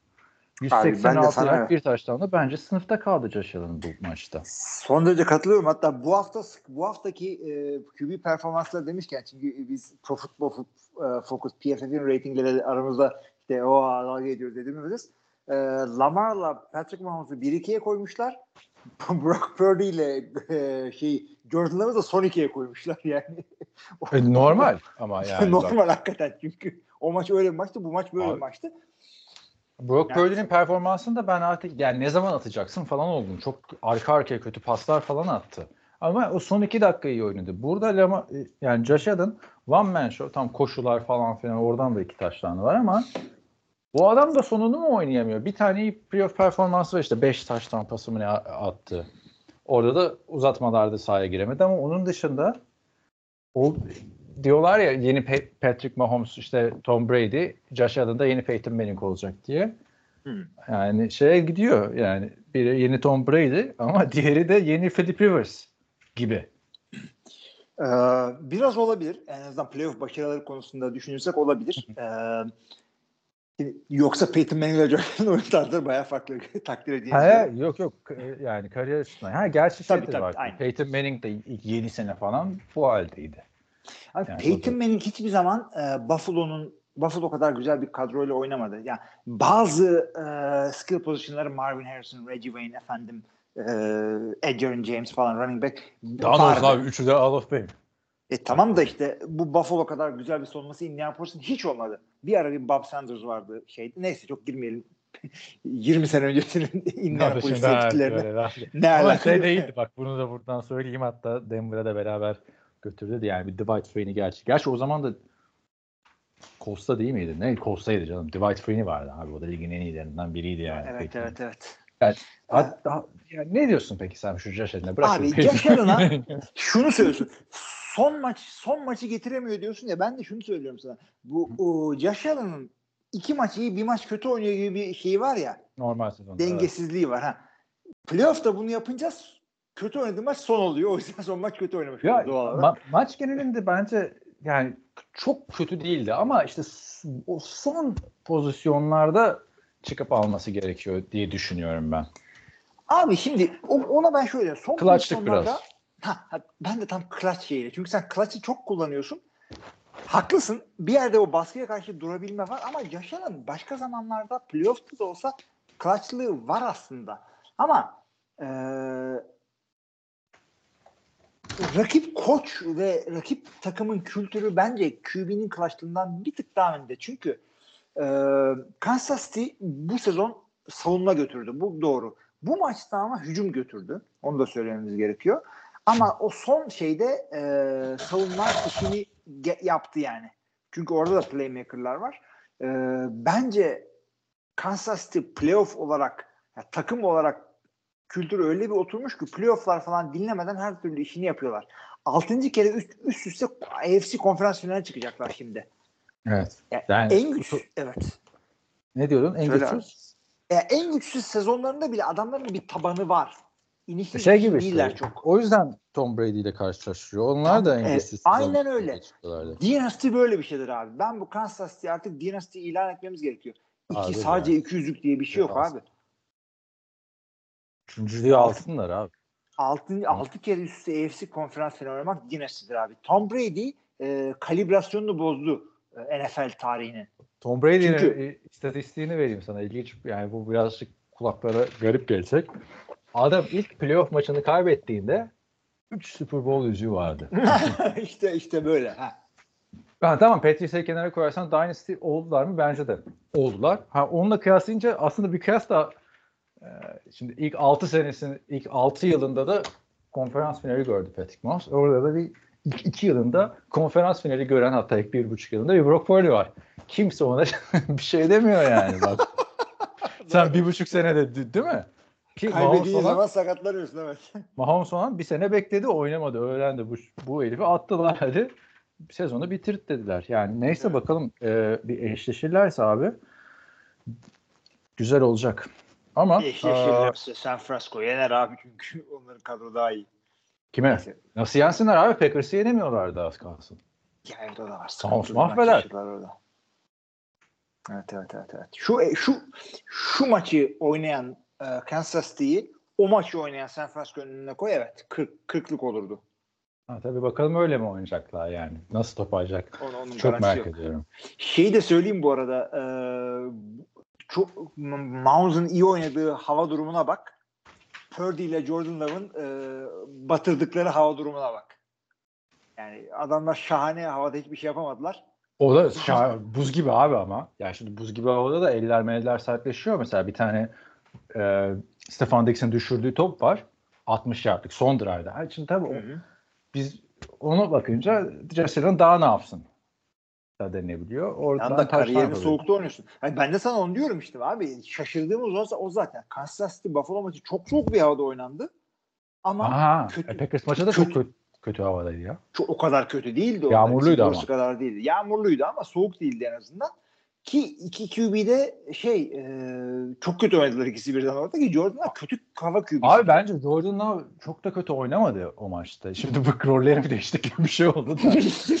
186 sana yard bir touchdown'da bence sınıfta kaldı Josh Allen bu maçta. Son derece katılıyorum. Hatta bu haftaki QB performansları demişken, çünkü biz Pro Football Focus PFF'in ratingleri aramızda işte o dalga ediyoruz dediğimiz Lamar'la Patrick Mahomes'u 1-2'ye koymuşlar. Brock Purdy ile Jordan Love'ı da son 2'ye koymuşlar yani. Normal ama yani. Normal hakikaten, çünkü o maç öyle bir maçtı, bu maç böyle bir maçtı. Brock Purdy'nin performansında ben artık yani ne zaman atacaksın falan oldum. Çok arka arkaya kötü paslar falan attı. Ama o son 2 dakika iyi oynadı. Burada yani Josh Allen one man show, tam koşular falan filan, oradan da 2 taştanı var ama bu adam da sonunu mu oynayamıyor? Bir tane iyi playoff performansı var, işte 5 taştan pası mı ne attı. Orada da uzatmalarda sahaya giremedi ama onun dışında diyorlar ya yeni Patrick Mahomes, işte Tom Brady, Josh Allen da yeni Peyton Manning olacak diye. Yani şeye gidiyor yani, biri yeni Tom Brady ama diğeri de yeni Philip Rivers gibi. Biraz olabilir. En azından playoff başarıları konusunda düşünürsek olabilir. Yoksa Peyton Manning ile Josh Allen oyun tarzları bayağı farklı, takdir edeceğiz. Yok yani kariyer açısından. Gerçi tabii, var. aynen. Peyton Manning de ilk 7 sene falan bu haldeydi. Abi Yani Peyton Manning hiçbir zaman Buffalo kadar güzel bir kadroyla oynamadı. Yani bazı skill pozisyonları, Marvin Harrison, Reggie Wayne, Edgerrin James falan, running back vardı. Abi üçü de Hall of Fame. Tamam da işte bu Buffalo kadar güzel bir savunması Indianapolis'in hiç olmadı. Bir ara bir Bob Sanders vardı şeydi. Neyse, çok girmeyelim. 20 sene öncesinin Indianapolis etkilerine. Ne ama şey değildi bak, bunu da buradan söyleyeyim, hatta Denver'a da beraber götürdü yani bir Dwight Freeney gerçi o zaman da Costa değil miydi? Ne? Costa'ydı canım. Dwight Freeney vardı abi. O da ligin en iyilerinden biriydi yani. Evet. Yani ne diyorsun peki sen şu Josh Allen'e? Abi Josh Allen'a şunu söylüyorsun. Son maçı getiremiyor diyorsun ya, ben de şunu söylüyorum sana. Bu Josh Allen'ın 2 maç iyi, 1 maç kötü oynuyor gibi bir şey var ya. Normal sezonda. Dengesizliği var. Playoff'ta bunu yapınca kötü oynadığı maç son oluyor. O yüzden son maç kötü oynamış oluyor doğal olarak. Maç genelinde bence yani çok kötü değildi ama işte o son pozisyonlarda çıkıp alması gerekiyor diye düşünüyorum ben. Abi şimdi ona ben şöyle son pozisyonlarda ben de tam clutch şeyiyle. Çünkü sen clutch'ı çok kullanıyorsun. Haklısın. Bir yerde o baskıya karşı durabilme var ama Josh Allen başka zamanlarda playoff'ta da olsa clutch'lığı var aslında. Ama rakip koç ve rakip takımın kültürü bence QB'nin clutch'lığından bir tık daha önde. Çünkü Kansas City bu sezon savunma götürdü. Bu doğru. Bu maçta ama hücum götürdü. Onu da söylememiz gerekiyor. Ama o son şeyde savunma işini yaptı yani. Çünkü orada da playmaker'lar var. Bence Kansas City playoff olarak, takım olarak kültürü öyle bir oturmuş ki playoff'lar falan dinlemeden her türlü işini yapıyorlar. 6. kere üst üste AFC konferans finaline çıkacaklar şimdi. Evet. Yani en güçlü. Evet. Ne diyordun? En güçsüz? En güçsüz sezonlarında bile adamların bir tabanı var. İnişli gibi değiller çok. O yüzden Tom Brady ile karşılaştırıyor. Onlar da en güçsüz. Aynen öyle. Dynasty böyle bir şeydir abi. Ben bu Kansas City artık Dynasty ilan etmemiz gerekiyor. Sadece 200'lük diye bir şey yok abi. Üçüncülüğü alsınlar abi. 6 kere üst üste AFC konferans finali oynamak Dynasty'dir abi. Tom Brady kalibrasyonunu bozdu NFL tarihinin. Tom Brady'nin istatistiğini vereyim sana. İlginç. Yani bu birazcık kulaklara garip gelecek. Adam ilk playoff maçını kaybettiğinde 3 Super Bowl yüzüğü vardı. İşte böyle. Tamam, Patriots'ı kenara koyarsan Dynasty oldular mı? Bence de oldular. Onunla kıyaslayınca aslında bir kıyas da şimdi ilk 6 yılında da konferans finali gördü Patrick Mahomes. Orada da ilk 2 yılında konferans finali gören, hatta ilk 1,5 yılında bir Brock Purdy var. Kimse ona bir şey demiyor yani. Bak. Sen 1,5 senede değil mi? Kaybettiği zaman sakatlanıyorsun, evet. Mahomes falan bir sene bekledi, oynamadı, öğrendi. Bu herifi attılar, hadi sezonu bitirt dediler. Yani neyse, evet. Bakalım bir eşleşirlerse abi güzel olacak. Ama eşleşirlerse San Francisco yener abi, çünkü onların kadro daha iyi. Kime? Neyse. Nasıl yensinler abi? Packers'ı yenemiyorlardı az kalsın. Ya orada da var. Mahomes mahveder. Evet. Şu maçı oynayan Kansas City'yi o maçı oynayan San Francisco'nun önüne koy, evet. 40'lık olurdu. Tabii bakalım öyle mi oynayacaklar yani? Nasıl toparlayacak? Onun Çok merak yok. ediyorum. Şeyi de söyleyeyim bu arada. Çok Mouse'un iyi oynadığı hava durumuna bak. Purdy ile Jordan Love'ın batırdıkları hava durumuna bak. Yani adamlar şahane, havada hiçbir şey yapamadılar. O da buz gibi abi ama. Yani şimdi buz gibi havada da eller sertleşiyor. Mesela bir tane Stefan Diggs'in düşürdüğü top var. 60 yardlık son drive'da. Şimdi tabii biz ona bakınca Jesse'nin daha ne yapsın da denebiliyor. Oradan da kariyerini soğukta oynuyorsun. Yani ben de sana onu diyorum işte abi. Şaşırdığımız o zaten. Kansas City Buffalo maçı çok soğuk bir havada oynandı. Ama Packers maçı da çok kötü havadaydı ya. O kadar kötü değildi. Yağmurluydu ama. Kadar değildi. Yağmurluydu ama soğuk değildi en azından. Ki iki QB'de çok kötü oynadılar ikisi birden orada ki Jordan'lar kötü hava QB'si. Abi bence Jordan'lar çok da kötü oynamadı o maçta. Şimdi bu rolleri mi değişti gibi bir şey oldu da.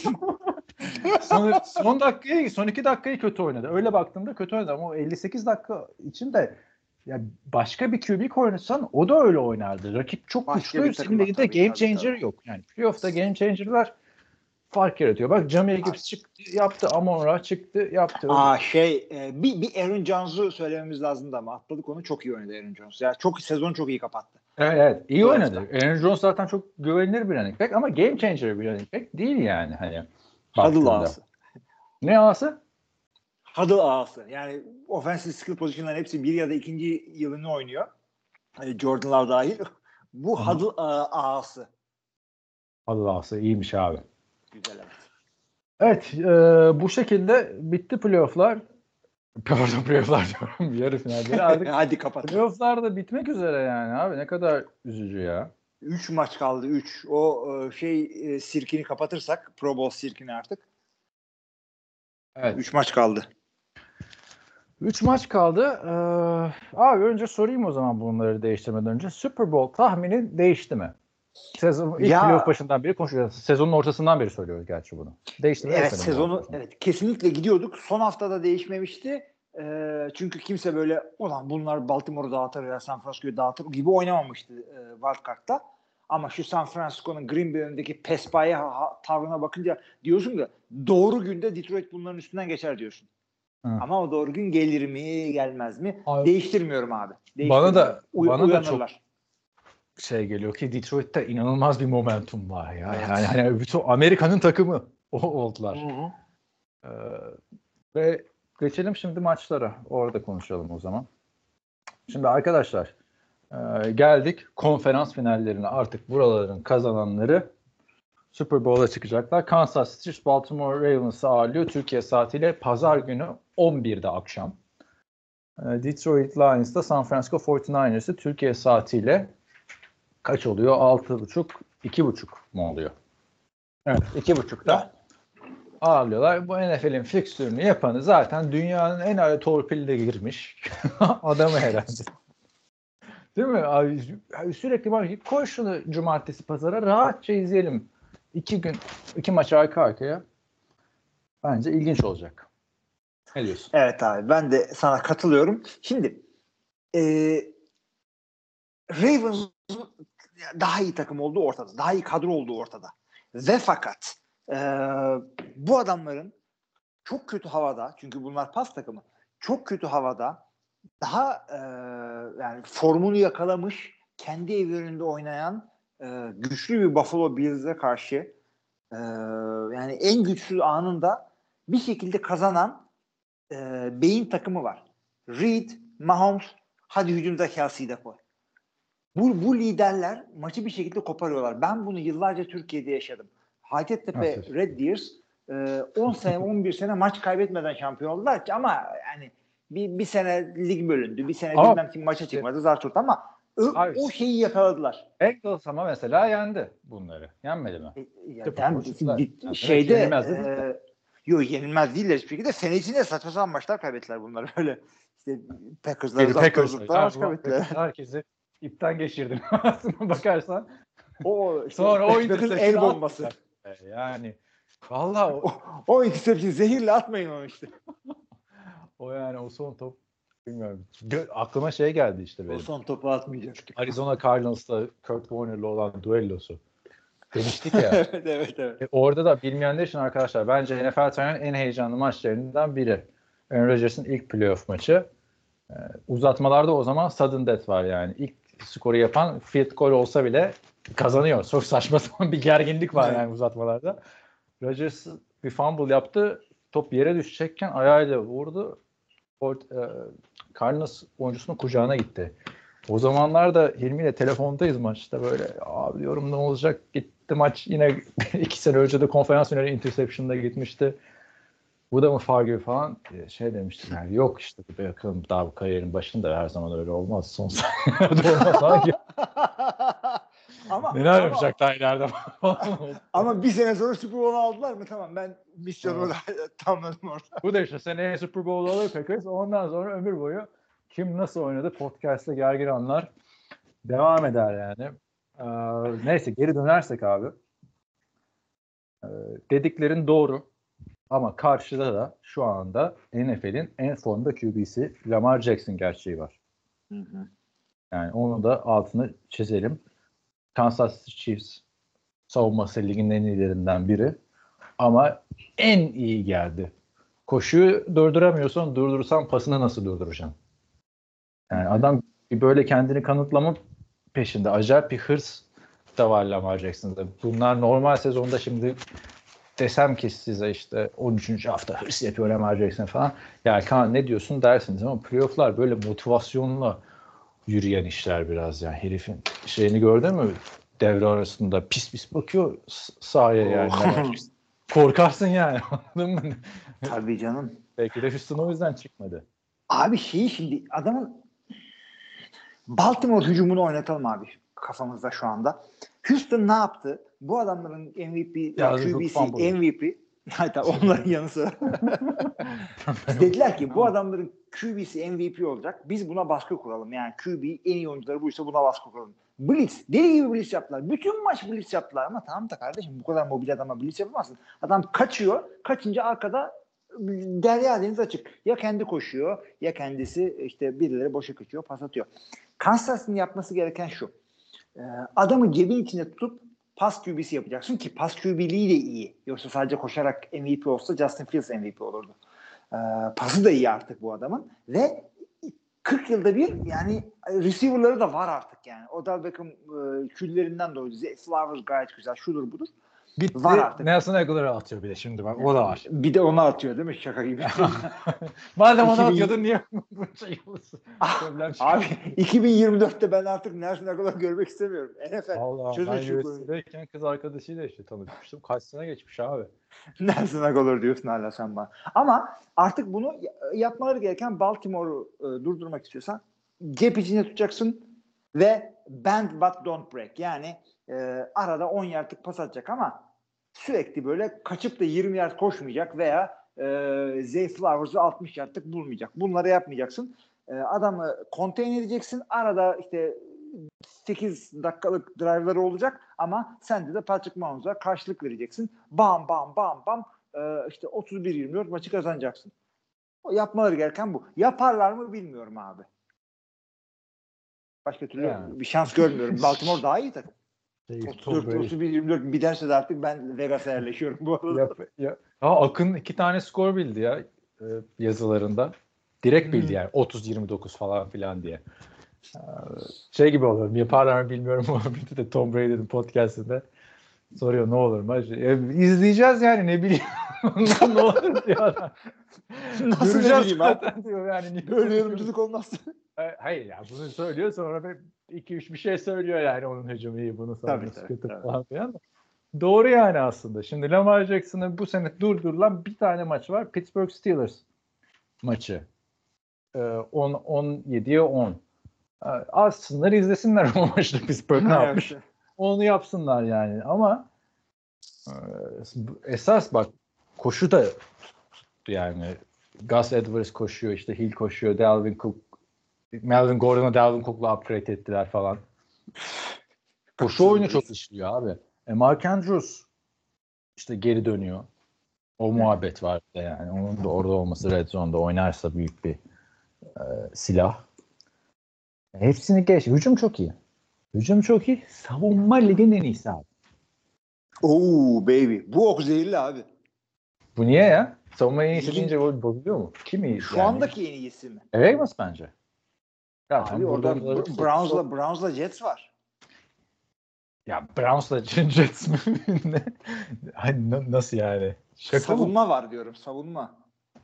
son 2 dakikayı kötü oynadı. Öyle baktığımda kötü oynadı ama o 58 dakika içinde ya başka bir QB oynatsan o da öyle oynardı. Rakip çok güçlü. Şimdi de game changer yok. Yani playoff'ta game changer'lar fark yaratıyor. Bak Jamie Gibbs çıktı, yaptı. Amon-Ra çıktı, yaptı. Bir Aaron Jones'u söylememiz lazımdı ama atladık onu. Çok iyi oynadı Aaron Jones. Ya sezonu çok iyi kapattı. Evet, iyi oynadı. Aaron Jones zaten çok güvenilir bir running back ama game changer bir running back değil yani hani. Huddle ağası. Ne ağası? Huddle ağası. Yani offensive skill pozisyonların hepsi bir ya da ikinci yılını oynuyor. Jordan Love dahil. Bu Huddle ağası. Huddle ağası iyiymiş abi. Güzel evet. Evet, bu şekilde bitti playoff'lar. Pardon playoff'lar diyorum. Yarı finalleri artık. Hadi kapat. Playoff'lar da bitmek üzere yani abi. Ne kadar üzücü ya. 3 maç kaldı. 3. O sirkini kapatırsak Pro Bowl sirkini artık. Evet. 3 maç kaldı. 3 maç kaldı. Abi önce sorayım o zaman bunları değiştirmeden önce. Super Bowl tahminin değişti mi? Ilk playoff başından beri konuşuyoruz. Sezonun ortasından beri söylüyoruz gerçi bunu. Değişti mi? Evet kesinlikle gidiyorduk. Son haftada değişmemişti. Çünkü kimse böyle bunlar Baltimore'u dağıtır ya San Francisco'yu dağıtır gibi oynamamıştı Wildcard'da. Ama şu San Francisco'nun Green Bay'in önündeki pespaye tavrına bakınca diyorsun ki doğru günde Detroit bunların üstünden geçer diyorsun. Ama o doğru gün gelir mi gelmez mi? Abi, değiştirmiyorum abi. Bana da çok geliyor ki Detroit'te inanılmaz bir momentum var ya. Evet. Yani bütün Amerika'nın takımı oldular. Ve geçelim şimdi maçlara. Orada konuşalım o zaman. Şimdi arkadaşlar geldik konferans finallerine. Artık buraların kazananları Super Bowl'a çıkacaklar. Kansas City Baltimore Ravens'ı ağırlıyor. Türkiye saatiyle pazar günü 11'de akşam. Detroit Lions'da San Francisco 49ers'ı Türkiye saatiyle kaç oluyor? 6.30, 2.30 mu oluyor? Evet, 2.30'da ağırlıyorlar. Bu NFL'in fikstürünü yapanı zaten dünyanın en ağır torpiliyle girmiş adamı herhalde. Değil mi? Abi, sürekli bak koy şunu cumartesi pazara rahatça izleyelim. 2 maç arka arkaya. Bence ilginç olacak. Ne diyorsun? Evet abi ben de sana katılıyorum. Şimdi Ravens daha iyi takım olduğu ortada. Daha iyi kadro olduğu ortada. Ve fakat bu adamların çok kötü havada, çünkü bunlar pas takımı, çok kötü havada daha yani formunu yakalamış, kendi evlerinde oynayan güçlü bir Buffalo Bills'e karşı yani en güçsüz anında bir şekilde kazanan beyin takımı var. Reed, Mahomes, hadi hücumda Kelsey'yi de koy. Bu liderler maçı bir şekilde koparıyorlar. Ben bunu yıllarca Türkiye'de yaşadım. Hacettepe Red Deers 10 sene 11 sene maç kaybetmeden şampiyon oldular ki ama yani bir sene lig bölündü. Bir sene bilmem kim maça çıkmadı. Zarturt ama o şeyi yakaladılar. Bengals ama mesela yendi bunları. Yenmedi mi? Yenilmez değiller hiçbir şekilde. Sene içinde saçma sapan maçlar kaybettiler bunlar. Böyle işte Packers'lar maç kaybettiler. Herkesi ipten geçirdim aslında bakarsan. Sonra o el bombası. Yani vallahi o interception zehirle atmayın onu işte. O yani o son top bilmiyorum. Aklıma şey geldi işte benim. O son topu atmayacaktık. Arizona Cardinals'ta Kurt Warner'la olan düellosu. Demiştik ya. evet. Orada da bilmeyenler için arkadaşlar bence NFL tarihinin en heyecanlı maçlarından biri. Aaron Rodgers'ın ilk playoff maçı. Uzatmalarda o zaman sudden death var yani. İlk skoru yapan field goal olsa bile kazanıyor. Çok saçma sapan bir gerginlik var yani uzatmalarda. Rodgers bir fumble yaptı. Top yere düşecekken ayağıyla vurdu. Cardinals oyuncusunun kucağına gitti. O zamanlarda Hilmi ile telefondayız maçta böyle abi diyorum ne olacak gitti maç yine 2 sene önce de konferans finali interception'da gitmişti. Bu da mı far gibi falan şey demiştim yani yok işte bakalım daha bu kariyerin başında her zaman öyle olmaz son saniyelerde olmaz sanki. Neler yapacaklar ileride ama bir sene sonra Super Bowl aldılar mı tamam ben misyonumu tamamladım orada. Bu da işte seneye Super Bowl alır Packers ondan sonra ömür boyu kim nasıl oynadı podcast'ta gergin anlar devam eder yani. Neyse geri dönersek abi. Dediklerin doğru ama karşıda da şu anda NFL'in en formda QB'si Lamar Jackson gerçeği var. Hı. Yani onu da altını çizelim. Kansas City Chiefs savunması ligin en iyilerinden biri ama en iyi geldi. Koşuyu durduramıyorsan durdursan pasını nasıl durduracaksın? Yani adam böyle kendini kanıtlama peşinde. Acayip bir hırs da var Lamar Jackson'da. Bunlar normal sezonda şimdi desem ki size işte 13. hafta hırs yapıyor Lamar Jackson falan. Yani Kaan ne diyorsun dersiniz ama playoff'lar böyle motivasyonla yürüyen işler biraz yani. Herifin şeyini gördün mü? Devre arasında pis bakıyor sahaya yani. Korkarsın yani. Anladın mı? Tabii canım. Belki de Houston o yüzden çıkmadı. Abi şimdi adamın Baltimore hücumunu oynatalım abi kafamızda şu anda. Houston ne yaptı? Bu adamların MVP, QB'si MVP. Hatta onların yanı sıra. Dediler ki bu adamların QB'si MVP olacak. Biz buna baskı kuralım. Yani QB en iyi oyuncuları buysa buna baskı kuralım. Blitz. Deli gibi blitz yaptılar. Bütün maç blitz yaptılar. Ama tamam da kardeşim bu kadar mobil adama blitz yapamazsın. Adam kaçıyor. Kaçınca arkada derya deniz açık. Ya kendi koşuyor ya kendisi işte birileri boşa kaçıyor pas atıyor. Kansas'ın yapması gereken şu. Adamı cebin içinde tutup pas QB'si yapacaksın ki pas QB'liği de iyi. Yoksa sadece koşarak MVP olsa Justin Fields MVP olurdu. Pası da iyi artık bu adamın ve 40 yılda bir yani receiver'ları da var artık yani. Odell Beckham küllerinden dolayı. Flowers gayet güzel. Şudur budur. Gitti Nelson Aguilar'ı atıyor bir de şimdi bak. O da var. Bir de onu atıyor değil mi? Şaka gibi. Madem onu atıyordun niye bu şey olsun? Abi 2024'te ben artık Nelson Aguilar görmek istemiyorum. NFL. Allah ben USC'deyken kız arkadaşıyla işte tanışmıştım. Kaç sene geçmiş abi. Nelson Aguilar diyorsun hala sen bana. Ama artık bunu yapmaları gereken Baltimore'u durdurmak istiyorsan cep içinde tutacaksın ve bend but don't break. Yani arada 10 yardlık pas atacak ama sürekli böyle kaçıp da 20 yard koşmayacak veya Zay Flowers'ı 60 yardlık bulmayacak. Bunları yapmayacaksın. Adamı contain edeceksin. Arada işte 8 dakikalık drive'ları olacak ama sen de Patrick Mahomes'a karşılık vereceksin. Bam bam bam bam işte 31-24 maçı kazanacaksın. O yapmaları gereken bu. Yaparlar mı bilmiyorum abi. Başka türlü bir şans görmüyorum. Baltimore daha iyi takım. 34-31-24 giderse de artık ben Vegas'a yerleşiyorum bu arada. Akın 2 tane skor bildi ya yazılarında. Direkt bildi yani 30-29 falan filan diye. Şey gibi oluyorum. Yaparlar mı bilmiyorum muhabbeti de Tom Brady'nin podcast'ında soruyor ne olur maç. İzleyeceğiz yani ne bileyim. Ne olur diyor. Nasıl ne bileyim zaten diyor yani. Böyle yorumculuk olmaz. Hayır ya bunu söylüyor sonra 2-3 bir şey söylüyor yani onun hücumu iyi bunu savunması kötü falan filan. Doğru yani aslında. Şimdi Lamar Jackson'ın bu sene durdurulan bir tane maçı var. Pittsburgh Steelers maçı. 17'ye 10. Aslında izlesinler o maçta Pittsburgh ne yapmış. Onu yapsınlar yani ama esas bak koşu da tuttu yani. Gus Edwards koşuyor işte Hill koşuyor Dalvin Cook Melvin Gordon'a Dalvin Cook'la upgrade ettiler falan. Koşu oyunu çok işliyor abi. Mark Andrews işte geri dönüyor. O muhabbet var bir de yani. Onun da orada olması, red zone'da oynarsa büyük bir silah. Hepsini geç. Hücum çok iyi. Hücum çok iyi. Savunma ligin en iyisi abi. Oo baby. Bu ok zehirli abi. Bu niye ya? Savunma en iyisi Ligin- deyince bozuluyor mu? Kim iyi? Şu yani? andaki en iyisi mi? Ravens bence. Abi orada Browns'la Jets var. Ya Browns'la Jets mi? Hani nasıl yani? Şaka mı? Savunma var diyorum. Savunma.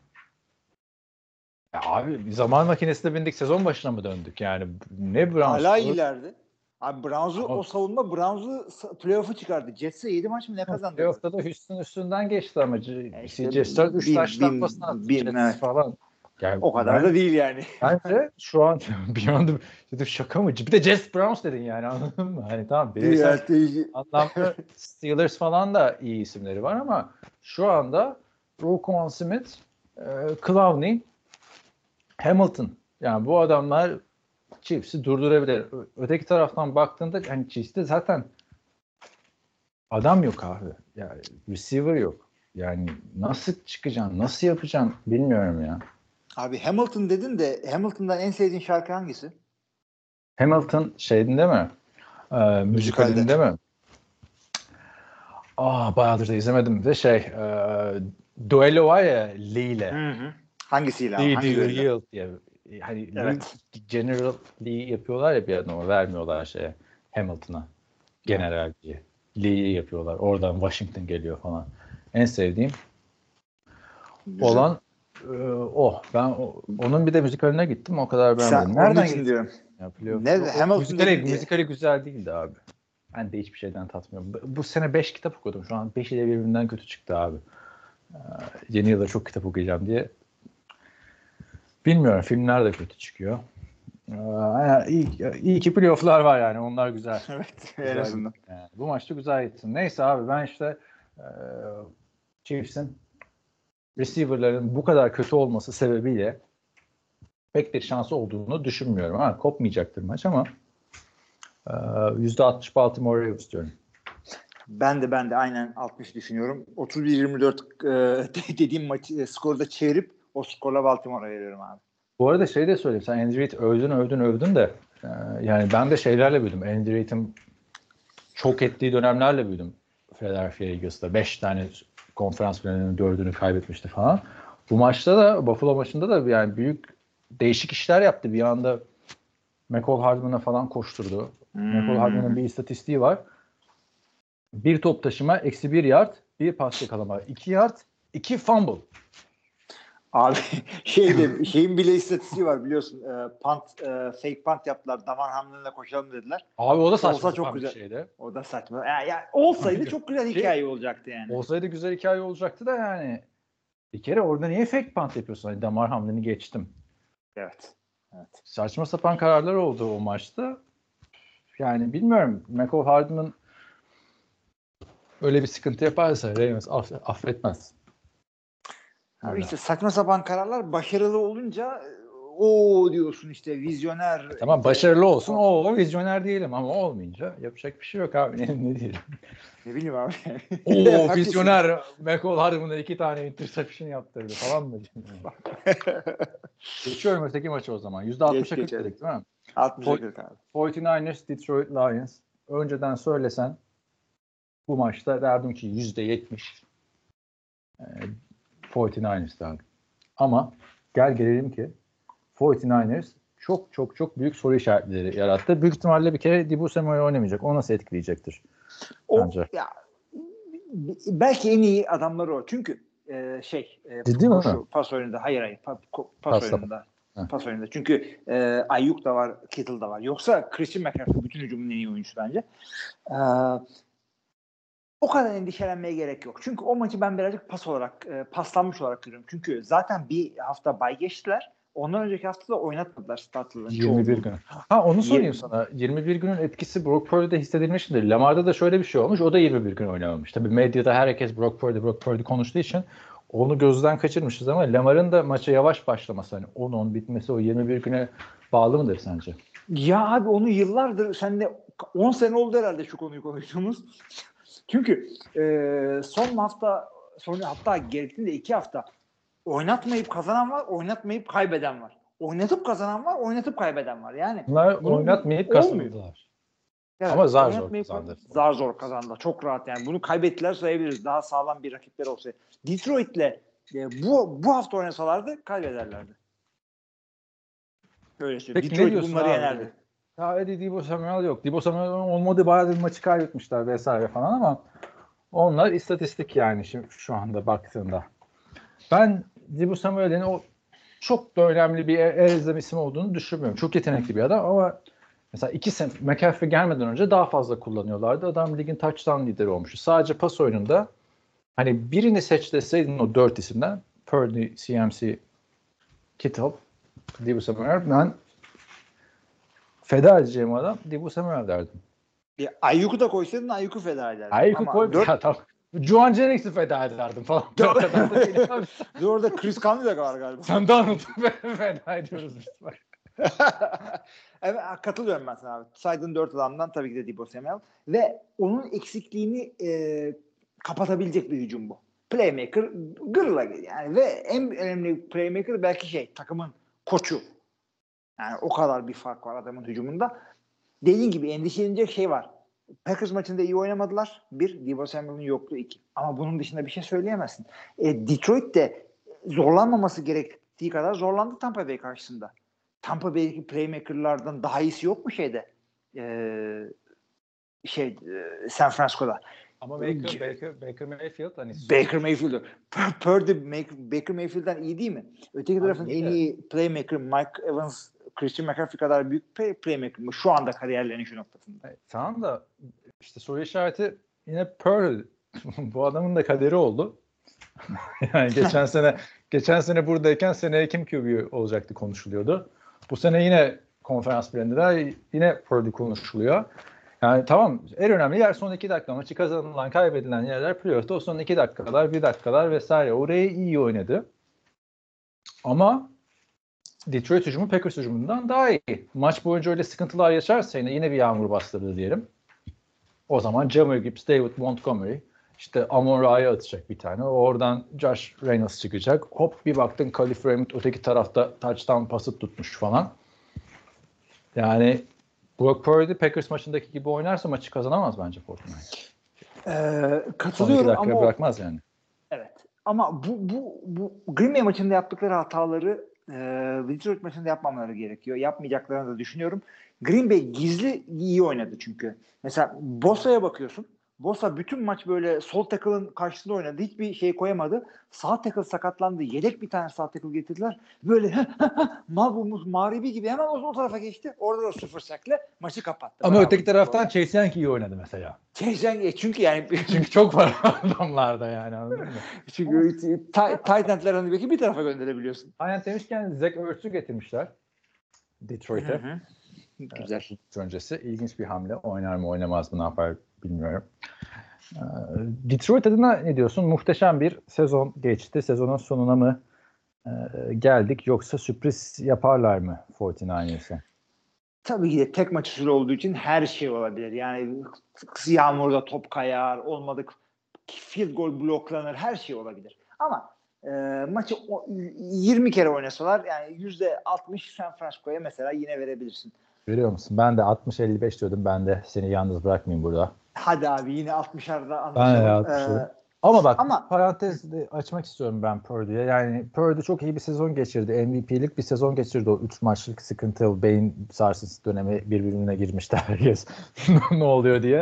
Ya abi bir zaman makinesine bindik, sezon başına mı döndük yani? Ne Browns? Hala iyilerdi. Abi Browns'u Ama- o savunma Browns'u playoff'u çıkardı. Jets'e 7 maç mı ne kazandı? Playoff'ta da Houston üstünden geçti ama işte CJ Stroud 3 taş tampasını attı. Jets evet. falan. Yani O kadar da değil yani. bence şu an bir anda dedim şaka mı? Bir de Jets Browns dedin yani, anladın mı? Hani tamam bireysel anlamda Steelers falan da iyi isimleri var ama şu anda Roquan Smith, Clowney, Hamilton, yani bu adamlar Chiefs'i durdurabilir. Öteki taraftan baktığında hani Chiefs'te zaten adam yok abi. Yani receiver yok. Yani nasıl çıkacaksın, nasıl yapacaksın bilmiyorum ya. Abi Hamilton dedin de Hamilton'dan en sevdiğin şarkı hangisi? Hamilton şeyinde mi? Müzikalinde mi? Bayağıdır da izlemedim de duello var ya Lee ile. Hı. Hangisiyle abi? Lee Hangi do you bölümde? yield diye. Hani Evet. General Lee yapıyorlar ya bir adama, vermiyorlar Hamilton'a. General diye. Lee'yi yapıyorlar. Oradan Washington geliyor falan. En sevdiğim Güzel. olan Ben onun bir de müzikaline gittim. O kadar Sen beğenmedim. onun Nereden için gittin? diyorum. Yapılıyor. Nerede? Hamilton dedin diye. Müzikali güzel değildi abi. Ben de hiçbir şeyden tatmıyorum. Bu sene 5 kitap okudum. Şu an 5'i de birbirinden kötü çıktı abi. Yeni yılda çok kitap okuyacağım diye. Bilmiyorum. Filmler de kötü çıkıyor. İyi ki playoff'lar var yani. Onlar güzel. Evet. Güzel En azından. yani. Bu maçta güzel gitsin. Neyse abi ben Chiefs'in receiver'ların bu kadar kötü olması sebebiyle pek bir şansı olduğunu düşünmüyorum. Kopmayacaktır maç ama %60 Baltimore Ravens diyorum. Ben de aynen 60 düşünüyorum. 31-24 dediğim maçı skoru da çevirip o skorla Baltimore'a veriyorum abi. Bu arada de söyleyeyim. Sen Andy Reid övdün de yani ben de şeylerle büyüdüm. Andy Reid'in çok ettiği dönemlerle büyüdüm. Philadelphia Eagles'ta 5 tane konferans finalinin 4'ünü kaybetmişti falan. Bu maçta da Buffalo maçında da yani büyük değişik işler yaptı. Bir anda McCall Hardman'a falan koşturdu. McCall Hardman'ın bir istatistiği var. Bir top taşıma, -1 yard, bir pas yakalama, 2 yard, 2 fumble. Abi şeyin bile istatistiği var biliyorsun. Fake punt yaptılar. Damar Hamlin'le koşalım dediler. Abi o da saçma olsa çok bir güzel. şeydi. O da saçma. Olsaydı çok güzel hikaye olacaktı yani. Olsaydı güzel hikaye olacaktı da yani. Bir kere orada niye fake punt yapıyorsun? Hani Damar Hamlin'i geçtim. Evet. Saçma sapan kararlar oldu o maçta. Yani bilmiyorum. McCall Hardman öyle bir sıkıntı yaparsa Ravens affetmez. Abi işte saçma sapan kararlar başarılı olunca o diyorsun işte vizyoner. Tamam başarılı olsun. O vizyoner diyelim ama olmayınca yapacak bir şey yok abi. Ne diyelim. Ne bileyim abi. O vizyoner McCall Hardman'a 2 tane interception yaptırdı falan mı? Geçiyorum öteki maçı o zaman. %60'a 40 dedik değil mi? 60'a 40 abi. 49ers Detroit Lions. Önceden söylesen bu maçta derdim ki %70 49ers'tan. Ama gelelim ki 49ers çok büyük soru işaretleri yarattı. Büyük ihtimalle bir kere Deebo Samuel oynamayacak. O nasıl etkileyecektir? Bence. Belki en iyi adamları o. Çünkü Ciddi mi? Pas oyununda. Hayır. Pas oyununda. Pas oyununda. Çünkü Ayuk da var, Kittle da var. Yoksa Christian McCaffrey bütün hücumun en iyi oyuncusu bence. O kadar endişelenmeye gerek yok. Çünkü o maçı ben birazcık paslanmış olarak görüyorum. Çünkü zaten bir hafta bay geçtiler. Ondan önceki hafta da oynatmadılar startlarını. 21 gün. Onu sorayım sana. 21 günün etkisi Brock Purdy'de hissedilmiştir. Lamar'da da şöyle bir şey olmuş. O da 21 gün oynamamış. Tabii medyada herkes Brock Purdy konuştuğu için onu gözden kaçırmışız ama Lamar'ın da maça yavaş başlaması, hani 10-10 bitmesi o 21 güne bağlı mıdır sence? Ya abi onu yıllardır seninle 10 sene oldu herhalde şu konuyu konuştuğumuz. Çünkü son hafta sonra hatta gerektiğinde 2 hafta oynatmayıp kazanan var, oynatmayıp kaybeden var. Oynatıp kazanan var, oynatıp kaybeden var. Yani bunlar oynatmayıp kazandılar. Evet, ama zar zor kazandı. Zar zor kazandı. Çok rahat yani. Bunu kaybettiler sayabiliriz. Daha sağlam bir rakipleri olsaydı. Detroit'le bu hafta oynasalardı kaybederlerdi. Böyle söyleyeyim. Peki, Detroit bunları yenerdi. Ya Eddie Deebo Samuel yok. Deebo Samuel olmadı, bayağı bir maçı kaybetmişler vesaire falan ama onlar istatistik yani şu anda baktığında. Ben Deebo Samuel'in o çok da önemli bir elzem isim olduğunu düşünmüyorum. Çok yetenekli bir adam ama mesela 2 sene McCaffrey gelmeden önce daha fazla kullanıyorlardı. Adam ligin touchdown lideri olmuştu. Sadece pas oyununda hani birini seç deseydin o 4 isimden Purdy, CMC, Kittle, Deebo Samuel, ben feda edeceğim adam Deebo Samuel derdim. Bir Ayuk'u da koysaydın Ayuk'u feda ederdin. Ayuk'u koy. Tamam. Juwan Jennings'i feda ederdim falan. Orada Chris Conley de var galiba. Sen de anladın. Feda ediyoruz biz. Evet, katılıyorum ben sana abi. Saydığın 4 adamdan tabii ki de Deebo Samuel. Ve onun eksikliğini kapatabilecek bir hücum bu. Playmaker gırla yani ve en önemli playmaker belki takımın koçu. Yani o kadar bir fark var adamın hücumunda. Dediğin gibi endişelenecek şey var. Packers maçında iyi oynamadılar. 1, Deebo Samuel'ın yokluğu 2. Ama bunun dışında bir şey söyleyemezsin. Detroit de zorlanmaması gerektiği kadar zorlandı Tampa Bay karşısında. Tampa Bay'deki playmaker'lardan daha iyisi yok mu San Francisco'da? Ama Baker Mayfield hani Baker Mayfield. Baker Mayfield'den iyi değil mi? Öteki tarafın en iyi playmaker Mike Evans, Christian McCaffrey kadar büyük playmaker mı? Şu anda kariyerlerinin şu noktasında. Tamam da işte soru işareti yine Pearl. Bu adamın da kaderi oldu. Yani geçen sene buradayken seneye kim QB olacaktı konuşuluyordu. Bu sene yine konferans planında yine Purdy konuşuluyor. Yani tamam, en önemli yer son 2 dakika, maçı kazanılan kaybedilen yerler playoff'ta o son 2 dakikalar 1 dakikalar vesaire, orayı iyi oynadı. Ama Detroit hücumu Packers hücumundan daha iyi. Maç boyunca öyle sıkıntılar yaşarsa yine bir yağmur bastırdı diyelim. O zaman Jahmyr Gibbs, David Montgomery, işte Amon-Ra'ya atacak bir tane. Oradan Josh Reynolds çıkacak. Hop bir baktın Khalif Raymond öteki tarafta touchdown pası tutmuş falan. Yani Brock Purdy Packers maçındaki gibi oynarsa maçı kazanamaz bence Fortnite. Katılıyorum ama bırakmaz yani. Evet. Ama bu Green Bay maçında yaptıkları hataları Detroit maçında yapmamaları gerekiyor. Yapmayacaklarını da düşünüyorum. Green Bay gizli iyi oynadı çünkü. Mesela Bosa'ya bakıyorsun. Bosa bütün maç böyle sol tackle'ın karşısında oynadı. Hiçbir şey koyamadı. Sağ tackle sakatlandı. Yedek bir tane sağ tackle getirdiler. Böyle mal bulmuş mağribi gibi hemen o tarafa geçti. Orada da 0 sack'le maçı kapattı. Ama bravo, öteki taraftan Chase Young iyi oynadı mesela. Chase Young çünkü çok var adamlarda yani, anladın mı? Çünkü tight end'ler belki bir tarafa gönderebiliyorsun. Aynen demişken Zach Ertz'ü getirmişler Detroit'e. Güzel. Öncesi ilginç bir hamle. Oynar mı oynamaz mı, ne yapar bilmiyorum. Detroit adına ne diyorsun? Muhteşem bir sezon geçti. Sezonun sonuna mı geldik yoksa sürpriz yaparlar mı 49ers'e? Tabii ki de tek maç usulü olduğu için her şey olabilir. Yani yağmurda top kayar, olmadık field goal bloklanır, her şey olabilir. Ama maçı 20 kere oynasalar yani %60 San Francisco'ya mesela yine verebilirsin. Veriyor musun? Ben de 60-55 diyordum. Ben de seni yalnız bırakmayayım burada. Hadi abi yine 60'larda anlaşalım. Ben de ama bak parantez açmak istiyorum ben Purdy'ye. Yani Purdy çok iyi bir sezon geçirdi. MVP'lik bir sezon geçirdi. O 3 maçlık sıkıntılı beyin sarsıntısı dönemi birbirine girmişti herkes. Ne oluyor diye.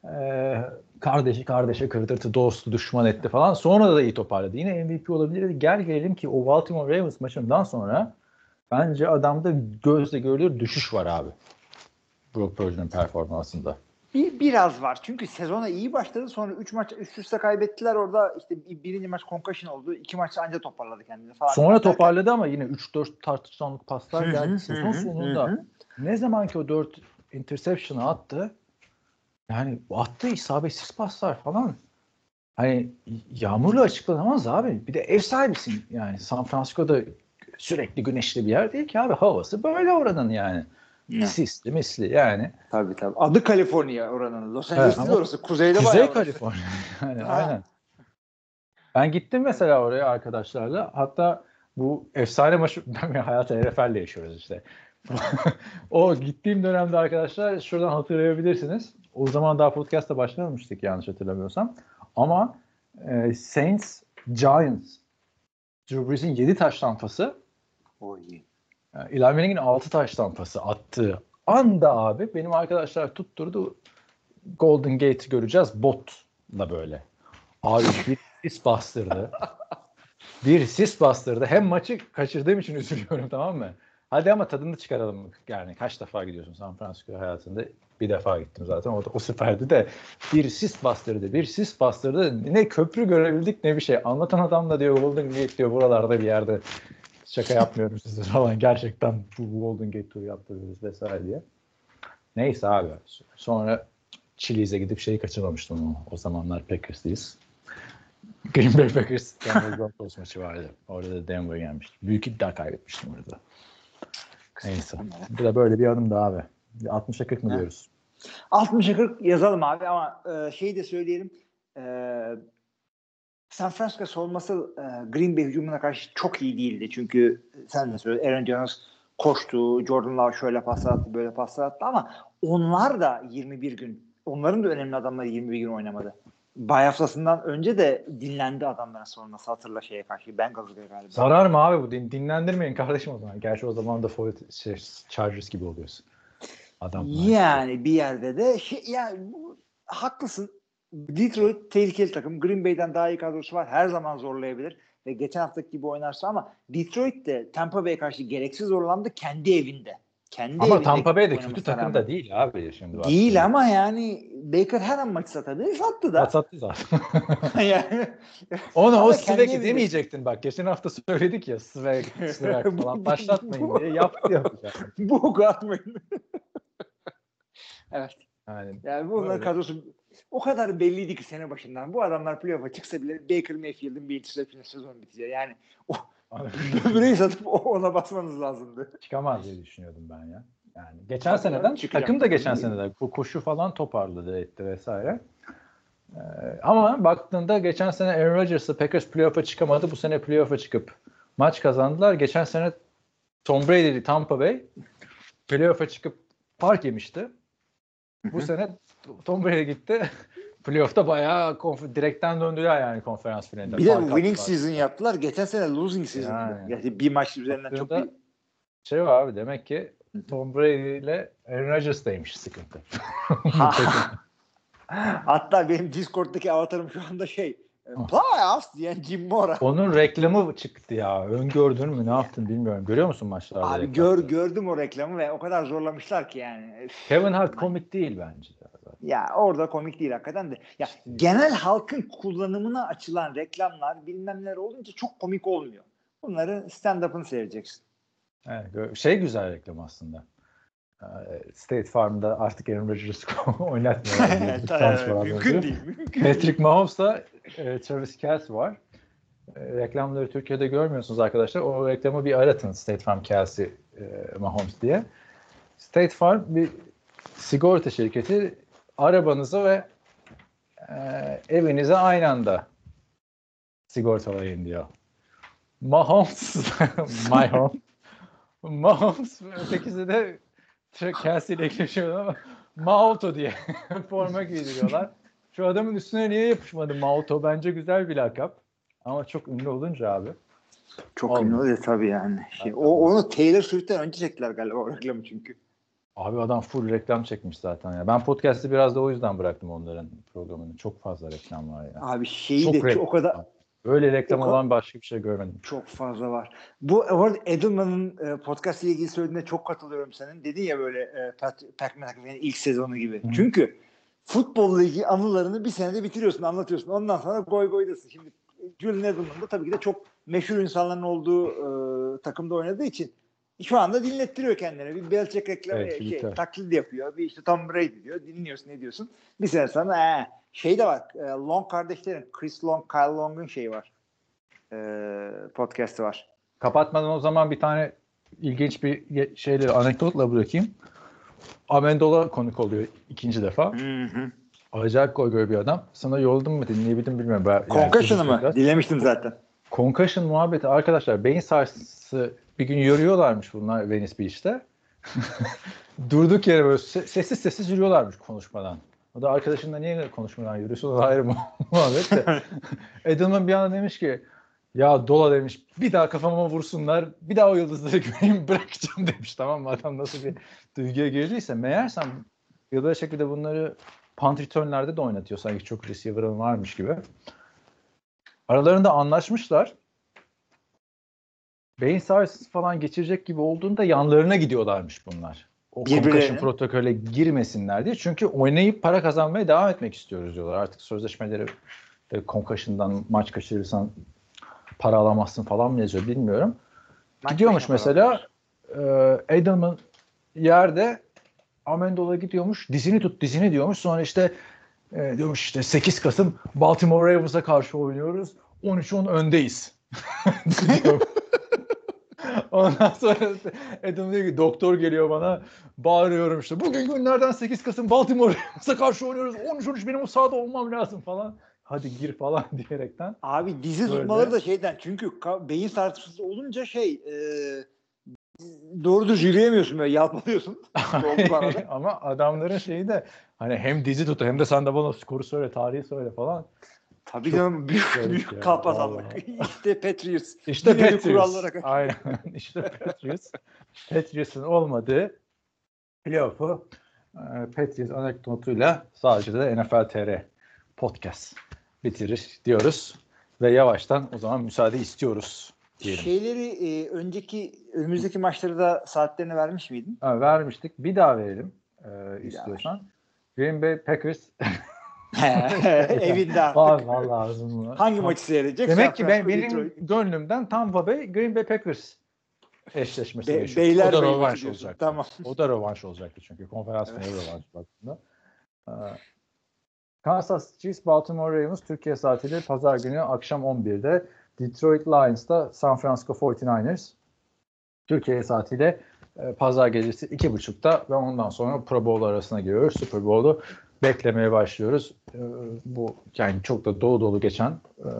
Kardeşi kardeşe kırdırdı, dostu düşman etti falan. Sonra da iyi toparladı. Yine MVP olabilirdi. Gel gelelim ki o Baltimore Ravens maçından sonra bence adamda gözle görülür düşüş var abi. Brock Purdy'nin performansında. Biraz var. Çünkü sezona iyi başladı. Sonra 3 maç üst üste kaybettiler. Orada işte birinci maç concussion oldu. 2 maç anca toparladı kendini falan. Sonra toparladı ama yine 3-4 tartışmalık paslar geldi. Sezon sonunda ne zaman ki o 4 interception'ı attı, yani attığı isabetsiz paslar falan. Hani yağmurla açıklanamaz abi. Bir de ev sahibisin yani. San Francisco'da sürekli güneşli bir yer değil ki abi. Havası böyle oranın yani. Sisli misli yani. Tabii. Adı Kaliforniya oranın. Los Angeles değil orası. Kuzeyde Kuzey bayağı Kaliforniya. Yani aynen. Ben gittim mesela oraya arkadaşlarla. Hatta bu efsane maçı hayatı NFL'le yaşıyoruz işte. O gittiğim dönemde arkadaşlar şuradan hatırlayabilirsiniz. O zaman daha podcast'a başlamamıştık yanlış hatırlamıyorsam. Ama Saints Giants Drew Brees'in 7 taş tampası Eli Manning'in 6 taş tampası attığı anda abi benim arkadaşlar tutturdu Golden Gate'i göreceğiz botla böyle. Abi bir sis bastırdı. Bir sis bastırdı. Hem maçı kaçırdığım için üzülüyorum, tamam mı? Hadi ama tadını çıkaralım. Yani kaç defa gidiyorsun San Francisco hayatında? Bir defa gittim zaten. O seferde de bir sis bastırdı. Bir sis bastırdı. Ne köprü görebildik ne bir şey. Anlatan adam da diyor Golden Gate diyor buralarda bir yerde. Şaka yapmıyorum size falan. Gerçekten bu Golden Gate turu yaptırıyoruz vesaire diye. Neyse abi. Sonra Chili's'e gidip şeyi kaçırmamıştım o zamanlar Packers'liyiz. Green Bay Packers Denver Broncos maçı vardı. Orada da Denver gelmişti. Büyük iddia kaybetmiştim orada. Neyse. Bu da böyle bir adım da abi. 60'a 40 mı diyoruz? 60'a 40 yazalım abi ama şeyi de söyleyelim. San Francisco savunması Green Bay hücumuna karşı çok iyi değildi. Çünkü sen de söyle Aaron Jones koştu. Jordan Love şöyle paslar attı, böyle paslar attı ama onlar da 21 gün. Onların da önemli adamları 21 gün oynamadı. Bay haftasından önce de dinlendi adamların sonrası hatırla şeye karşı. Bengals'da galiba. Zarar mı abi bu? Dinlendirmeyin kardeşim o zaman. Gerçi o zaman da Chargers gibi oluyorsun. Adam yani bir yerde de haklısın. Detroit tehlikeli takım. Green Bay'den daha iyi kadrosu var. Her zaman zorlayabilir. Ve geçen haftaki gibi oynarsa ama Detroit de Tampa Bay'e karşı gereksiz zorlandı kendi evinde. Ama Tampa Bay de kötü takım da değil abi. Şimdi değil ama yani Baker her an maçı satabilir. Sattı da. Sattı zaten. yani, onu o Swag'i demeyecektin bak. Geçen hafta söyledik ya Swag falan başlatmayın diye yaptı. Bu atmayın. Evet. Yani bunların kadrosu o kadar belliydi ki sene başından. Bu adamlar playoff'a çıksa bile Baker Mayfield'ın bir interception'la sezon bitecek. Yani böbreği satıp ona basmanız lazımdı. Çıkamaz diye düşünüyordum ben ya. Yani geçen seneden takım da geçen seneden bu koşu falan toparladı etti vesaire. Ama baktığında geçen sene Aaron Rodgers'la Packers playoff'a çıkamadı. Bu sene playoff'a çıkıp maç kazandılar. Geçen sene Tom Brady'li Tampa Bay playoff'a çıkıp fark yemişti. Bu sene Tom Brady gitti. Playoff'ta bayağı direkten döndüler yani konferans finalinde. Bir de winning season yaptılar. Geçen sene losing season. Yani bir maç üzerinden çok bir şey var abi demek ki Tom Brady ile Aaron Rodgers'taymış sıkıntı. Hatta benim Discord'daki avatarım şu anda playoffs diyen Jim Mora. Onun reklamı çıktı ya. Öngördün mü? Ne yaptın bilmiyorum. Görüyor musun maçlarda? Abi gördüm o reklamı ve o kadar zorlamışlar ki yani. Kevin Hart komik değil bence. Ya orada komik değil hakikaten de. Ya genel halkın kullanımına açılan reklamlar bilmem neler olunca çok komik olmuyor. Bunları stand-up'ını seyredeceksin. Evet, güzel reklam aslında. State Farm'da artık Aaron Rodgers'ı oynatmıyorlar. Mümkün değil. Patrick Mahomes'la Travis Kelce var. Reklamları Türkiye'de görmüyorsunuz arkadaşlar. O reklamı bir aratın State Farm Kelce Mahomes diye. State Farm bir sigorta şirketi arabanızı ve evinize aynı anda sigortalayın diyor. Mahomes Mahomes ötekisi de Kelsey ile ekleşiyor ama Mauto diye forma giydiriyorlar. Şu adamın üstüne niye yapışmadı Mauto? Bence güzel bir lakap. Ama çok ünlü olunca abi. Çok ünlü oluyor tabii yani. Onu Taylor Swift'ten önce çektiler galiba o reklamı çünkü. Abi adam full reklam çekmiş zaten ya. Ben podcast'ı biraz da o yüzden bıraktım onların programını. Çok fazla reklam var ya. Abi o kadar böyle reklam olan başka bir şey görmedim. Çok fazla var. Bu arada Edelman'ın podcast ile ilgili söylediğine çok katılıyorum senin. Dedin ya böyle Pat McAfee'nin ilk sezonu gibi. Hı. Çünkü futbolla ilgili anılarını bir senede bitiriyorsun, anlatıyorsun. Ondan sonra goydasın. Şimdi Julian Edelman da tabii ki de çok meşhur insanların olduğu takımda oynadığı için şu anda dinlettiriyor kendine. Bir Belichick reklamı taklit yapıyor. Bir işte Tom Brady diyor. Dinliyorsun, ne diyorsun? Bir sene sonra de var. Long kardeşlerin Chris Long, Kyle Long'un var. Podcast'ı var. Kapatmadan o zaman bir tane ilginç bir anekdotla bırakayım. Amendola konuk oluyor ikinci defa. Hı. Acayip gol bir adam. Sana yolladım mı, dinleyebildin bilmiyorum. Concussion'ı mı? Biraz. Dilemiştim zaten. Concussion muhabbeti arkadaşlar. Beyin sarsıntısı bir gün yürüyorlarmış bunlar Venice Beach'te. Durduk yere böyle sessiz yürüyorlarmış konuşmadan. O da arkadaşınla niye konuşmadan yürüyorsun? O da ayrı muhabbet de. Edelman bir anda demiş ki ya Dola demiş bir daha kafama vursunlar, bir daha o yıldızları göreyim bırakacağım demiş, tamam mı? Adam nasıl bir duyguya girdiyse. Meğersem yıllar şekilde bunları punt return'lerde de oynatıyor, sanki çok receiver'ın varmış gibi. Aralarında anlaşmışlar. Beyin sarsıntısı falan geçirecek gibi olduğunda yanlarına gidiyorlarmış bunlar. O concussion protokole girmesinler diye. Çünkü oynayıp para kazanmaya devam etmek istiyoruz diyorlar. Artık sözleşmeleri concussion'dan maç kaçırırsan para alamazsın falan mı yazıyor bilmiyorum. Gidiyormuş mesela Edelman yerde, Amendola gidiyormuş, dizini diyormuş. Sonra işte diyormuş işte 8 Kasım Baltimore Ravens'a karşı oynuyoruz. 13-10 öndeyiz. Ondan sonra Adam diyor ki doktor geliyor bana, bağırıyorum işte bugün günlerden 8 Kasım Baltimore Ravens'a karşı oynuyoruz. 13-13 benim o sahada olmam lazım falan. Hadi gir falan diyerekten. Abi dizi tutmaları da şeyden, çünkü beyin sarsıntısı olunca doğru düz yürüyemiyorsun, böyle yalpalıyorsun. Ama adamların şeyi de hani hem dizi tut hem de sen de bana skoru söyle, tarihi söyle falan. Tabii canım, büyük kalpazanlık. İşte Patriots. İşte Patriots. Aynen. İşte Patriots. Patriots'ın olmadığı playoff'u Patriots anekdotuyla sadece de NFL TR podcast bitirir diyoruz. Ve yavaştan o zaman müsaade istiyoruz diyelim. Şeyleri önümüzdeki maçları da saatlerini vermiş miydin? Vermiştik. Bir daha verelim istiyorsan. Green Bay Packers evinde artık. Vallahi ağzımla. Hangi maçı seyredecek? Demek ki benim gönlümden Tampa Bay Green Bay Packers eşleşmesi geçiyor. O da rövanş olacaktı. Tamam. O da rövanş olacaktı çünkü konferans finali rövanş baktığında. Kansas Chiefs Baltimore Ravens Türkiye saatiyle pazar günü akşam 11'de. Detroit Lions'ta San Francisco 49ers Türkiye saatiyle pazar gecesi 2.30'da ve ondan sonra Pro Bowl arasına giriyoruz. Super Bowl'u beklemeye başlıyoruz. Bu yani çok da dolu geçen,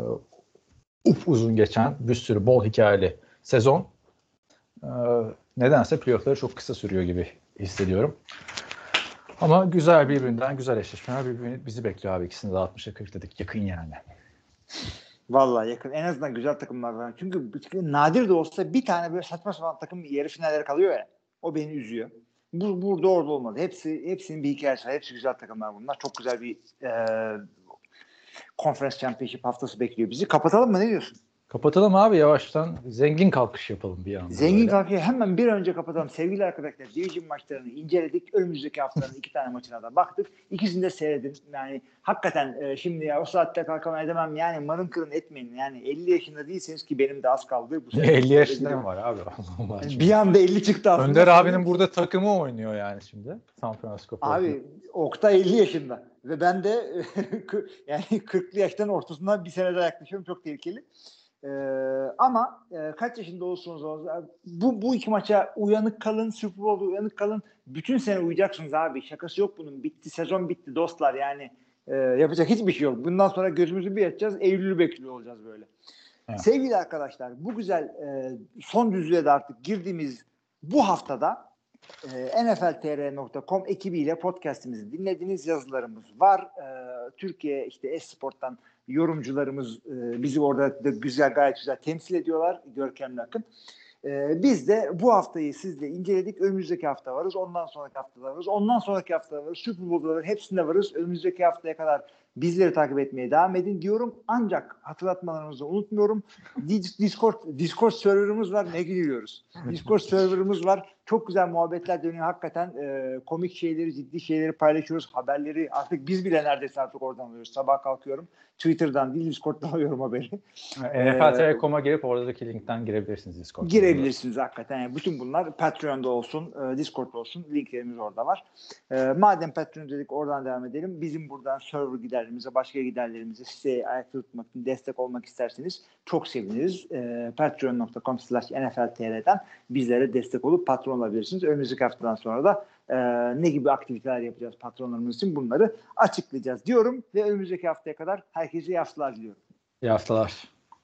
uzun geçen bir sürü bol hikayeli sezon. Nedense playoff'ları çok kısa sürüyor gibi hissediyorum. Ama birbirinden güzel eşleşmeler bizi bekliyor abi. İkisini de 60'a 40 dedik. Yakın yani. Vallahi yakın. En azından güzel takımlar var. Çünkü nadir de olsa bir tane böyle saçma sapan takım yarı finallere kalıyor ya. O beni üzüyor. Burada orada olmadı. Hepsinin bir hikayesi var. Hepsi güzel takımlar bunlar. Çok güzel bir Conference Championship haftası bekliyor bizi. Kapatalım mı? Ne diyorsun? Kapatalım abi yavaştan. Zengin kalkış yapalım bir anda. Zengin kalkışı hemen bir önce kapatalım. Sevgili arkadaşlar, Division maçlarını inceledik. Önümüzdeki haftanın 2 tane maçına da baktık. İkisini de seyredin. Yani hakikaten şimdi ya o saatte kalkamam edemem. Yani marın kırın etmeyin. Yani 50 yaşında değilseniz, ki benim de az kaldı. Bu 50 yaşında mı var abi? Yani bir anda 50 çıktı aslında. Önder abinin burada takımı oynuyor yani şimdi. San Francisco. Abi Oktay 50 yaşında. Ve ben de yani 40'lı yaştan ortasından bir sene daha yaklaşıyorum. Çok tehlikeli. Ama kaç yaşında olursunuz bu iki maça uyanık kalın, Super Bowl'da uyanık kalın. Bütün sene uyuyacaksınız abi. Şakası yok bunun. Bitti. Sezon bitti dostlar. Yani yapacak hiçbir şey yok. Bundan sonra gözümüzü bir açacağız. Eylül'ü bekliyor olacağız böyle. Evet. Sevgili arkadaşlar, bu güzel son düzlüğe de artık girdiğimiz bu haftada nfltr.com ekibiyle podcast'imizi dinlediğiniz yazılarımız var. Türkiye işte Esport'tan yorumcularımız bizi orada da gayet güzel temsil ediyorlar. Görkemli Akın. Biz de bu haftayı sizle inceledik. Önümüzdeki hafta varız. Ondan sonraki haftada varız. Ondan sonraki haftada varız. Super Bowl'da varız. Hepsinde varız. Önümüzdeki haftaya kadar bizleri takip etmeye devam edin diyorum. Ancak hatırlatmalarınızı unutmuyorum. Discord serverımız var. Ne gülüyoruz. Discord serverımız var. Çok güzel muhabbetler dönüyor. Hakikaten komik şeyleri, ciddi şeyleri paylaşıyoruz. Haberleri artık biz bile neredeyse artık oradan alıyoruz. Sabah kalkıyorum. Twitter'dan değil, Discord'dan alıyorum haberi. nfl.com'a girip oradaki linkten girebilirsiniz Discord'a. Girebilirsiniz hakikaten. Yani bütün bunlar Patreon'da olsun, Discord'da olsun. Linklerimiz orada var. Madem Patreon dedik, oradan devam edelim. Bizim buradan server gider giderlerimize, başka giderlerimize siteyi ayakta tutmak için destek olmak isterseniz çok seviniriz. Patreon.com/NFL.tr'den bizlere destek olup patron olabilirsiniz. Önümüzdeki haftadan sonra da ne gibi aktiviteler yapacağız patronlarımız için bunları açıklayacağız diyorum ve önümüzdeki haftaya kadar herkese iyi haftalar diliyorum. İyi haftalar.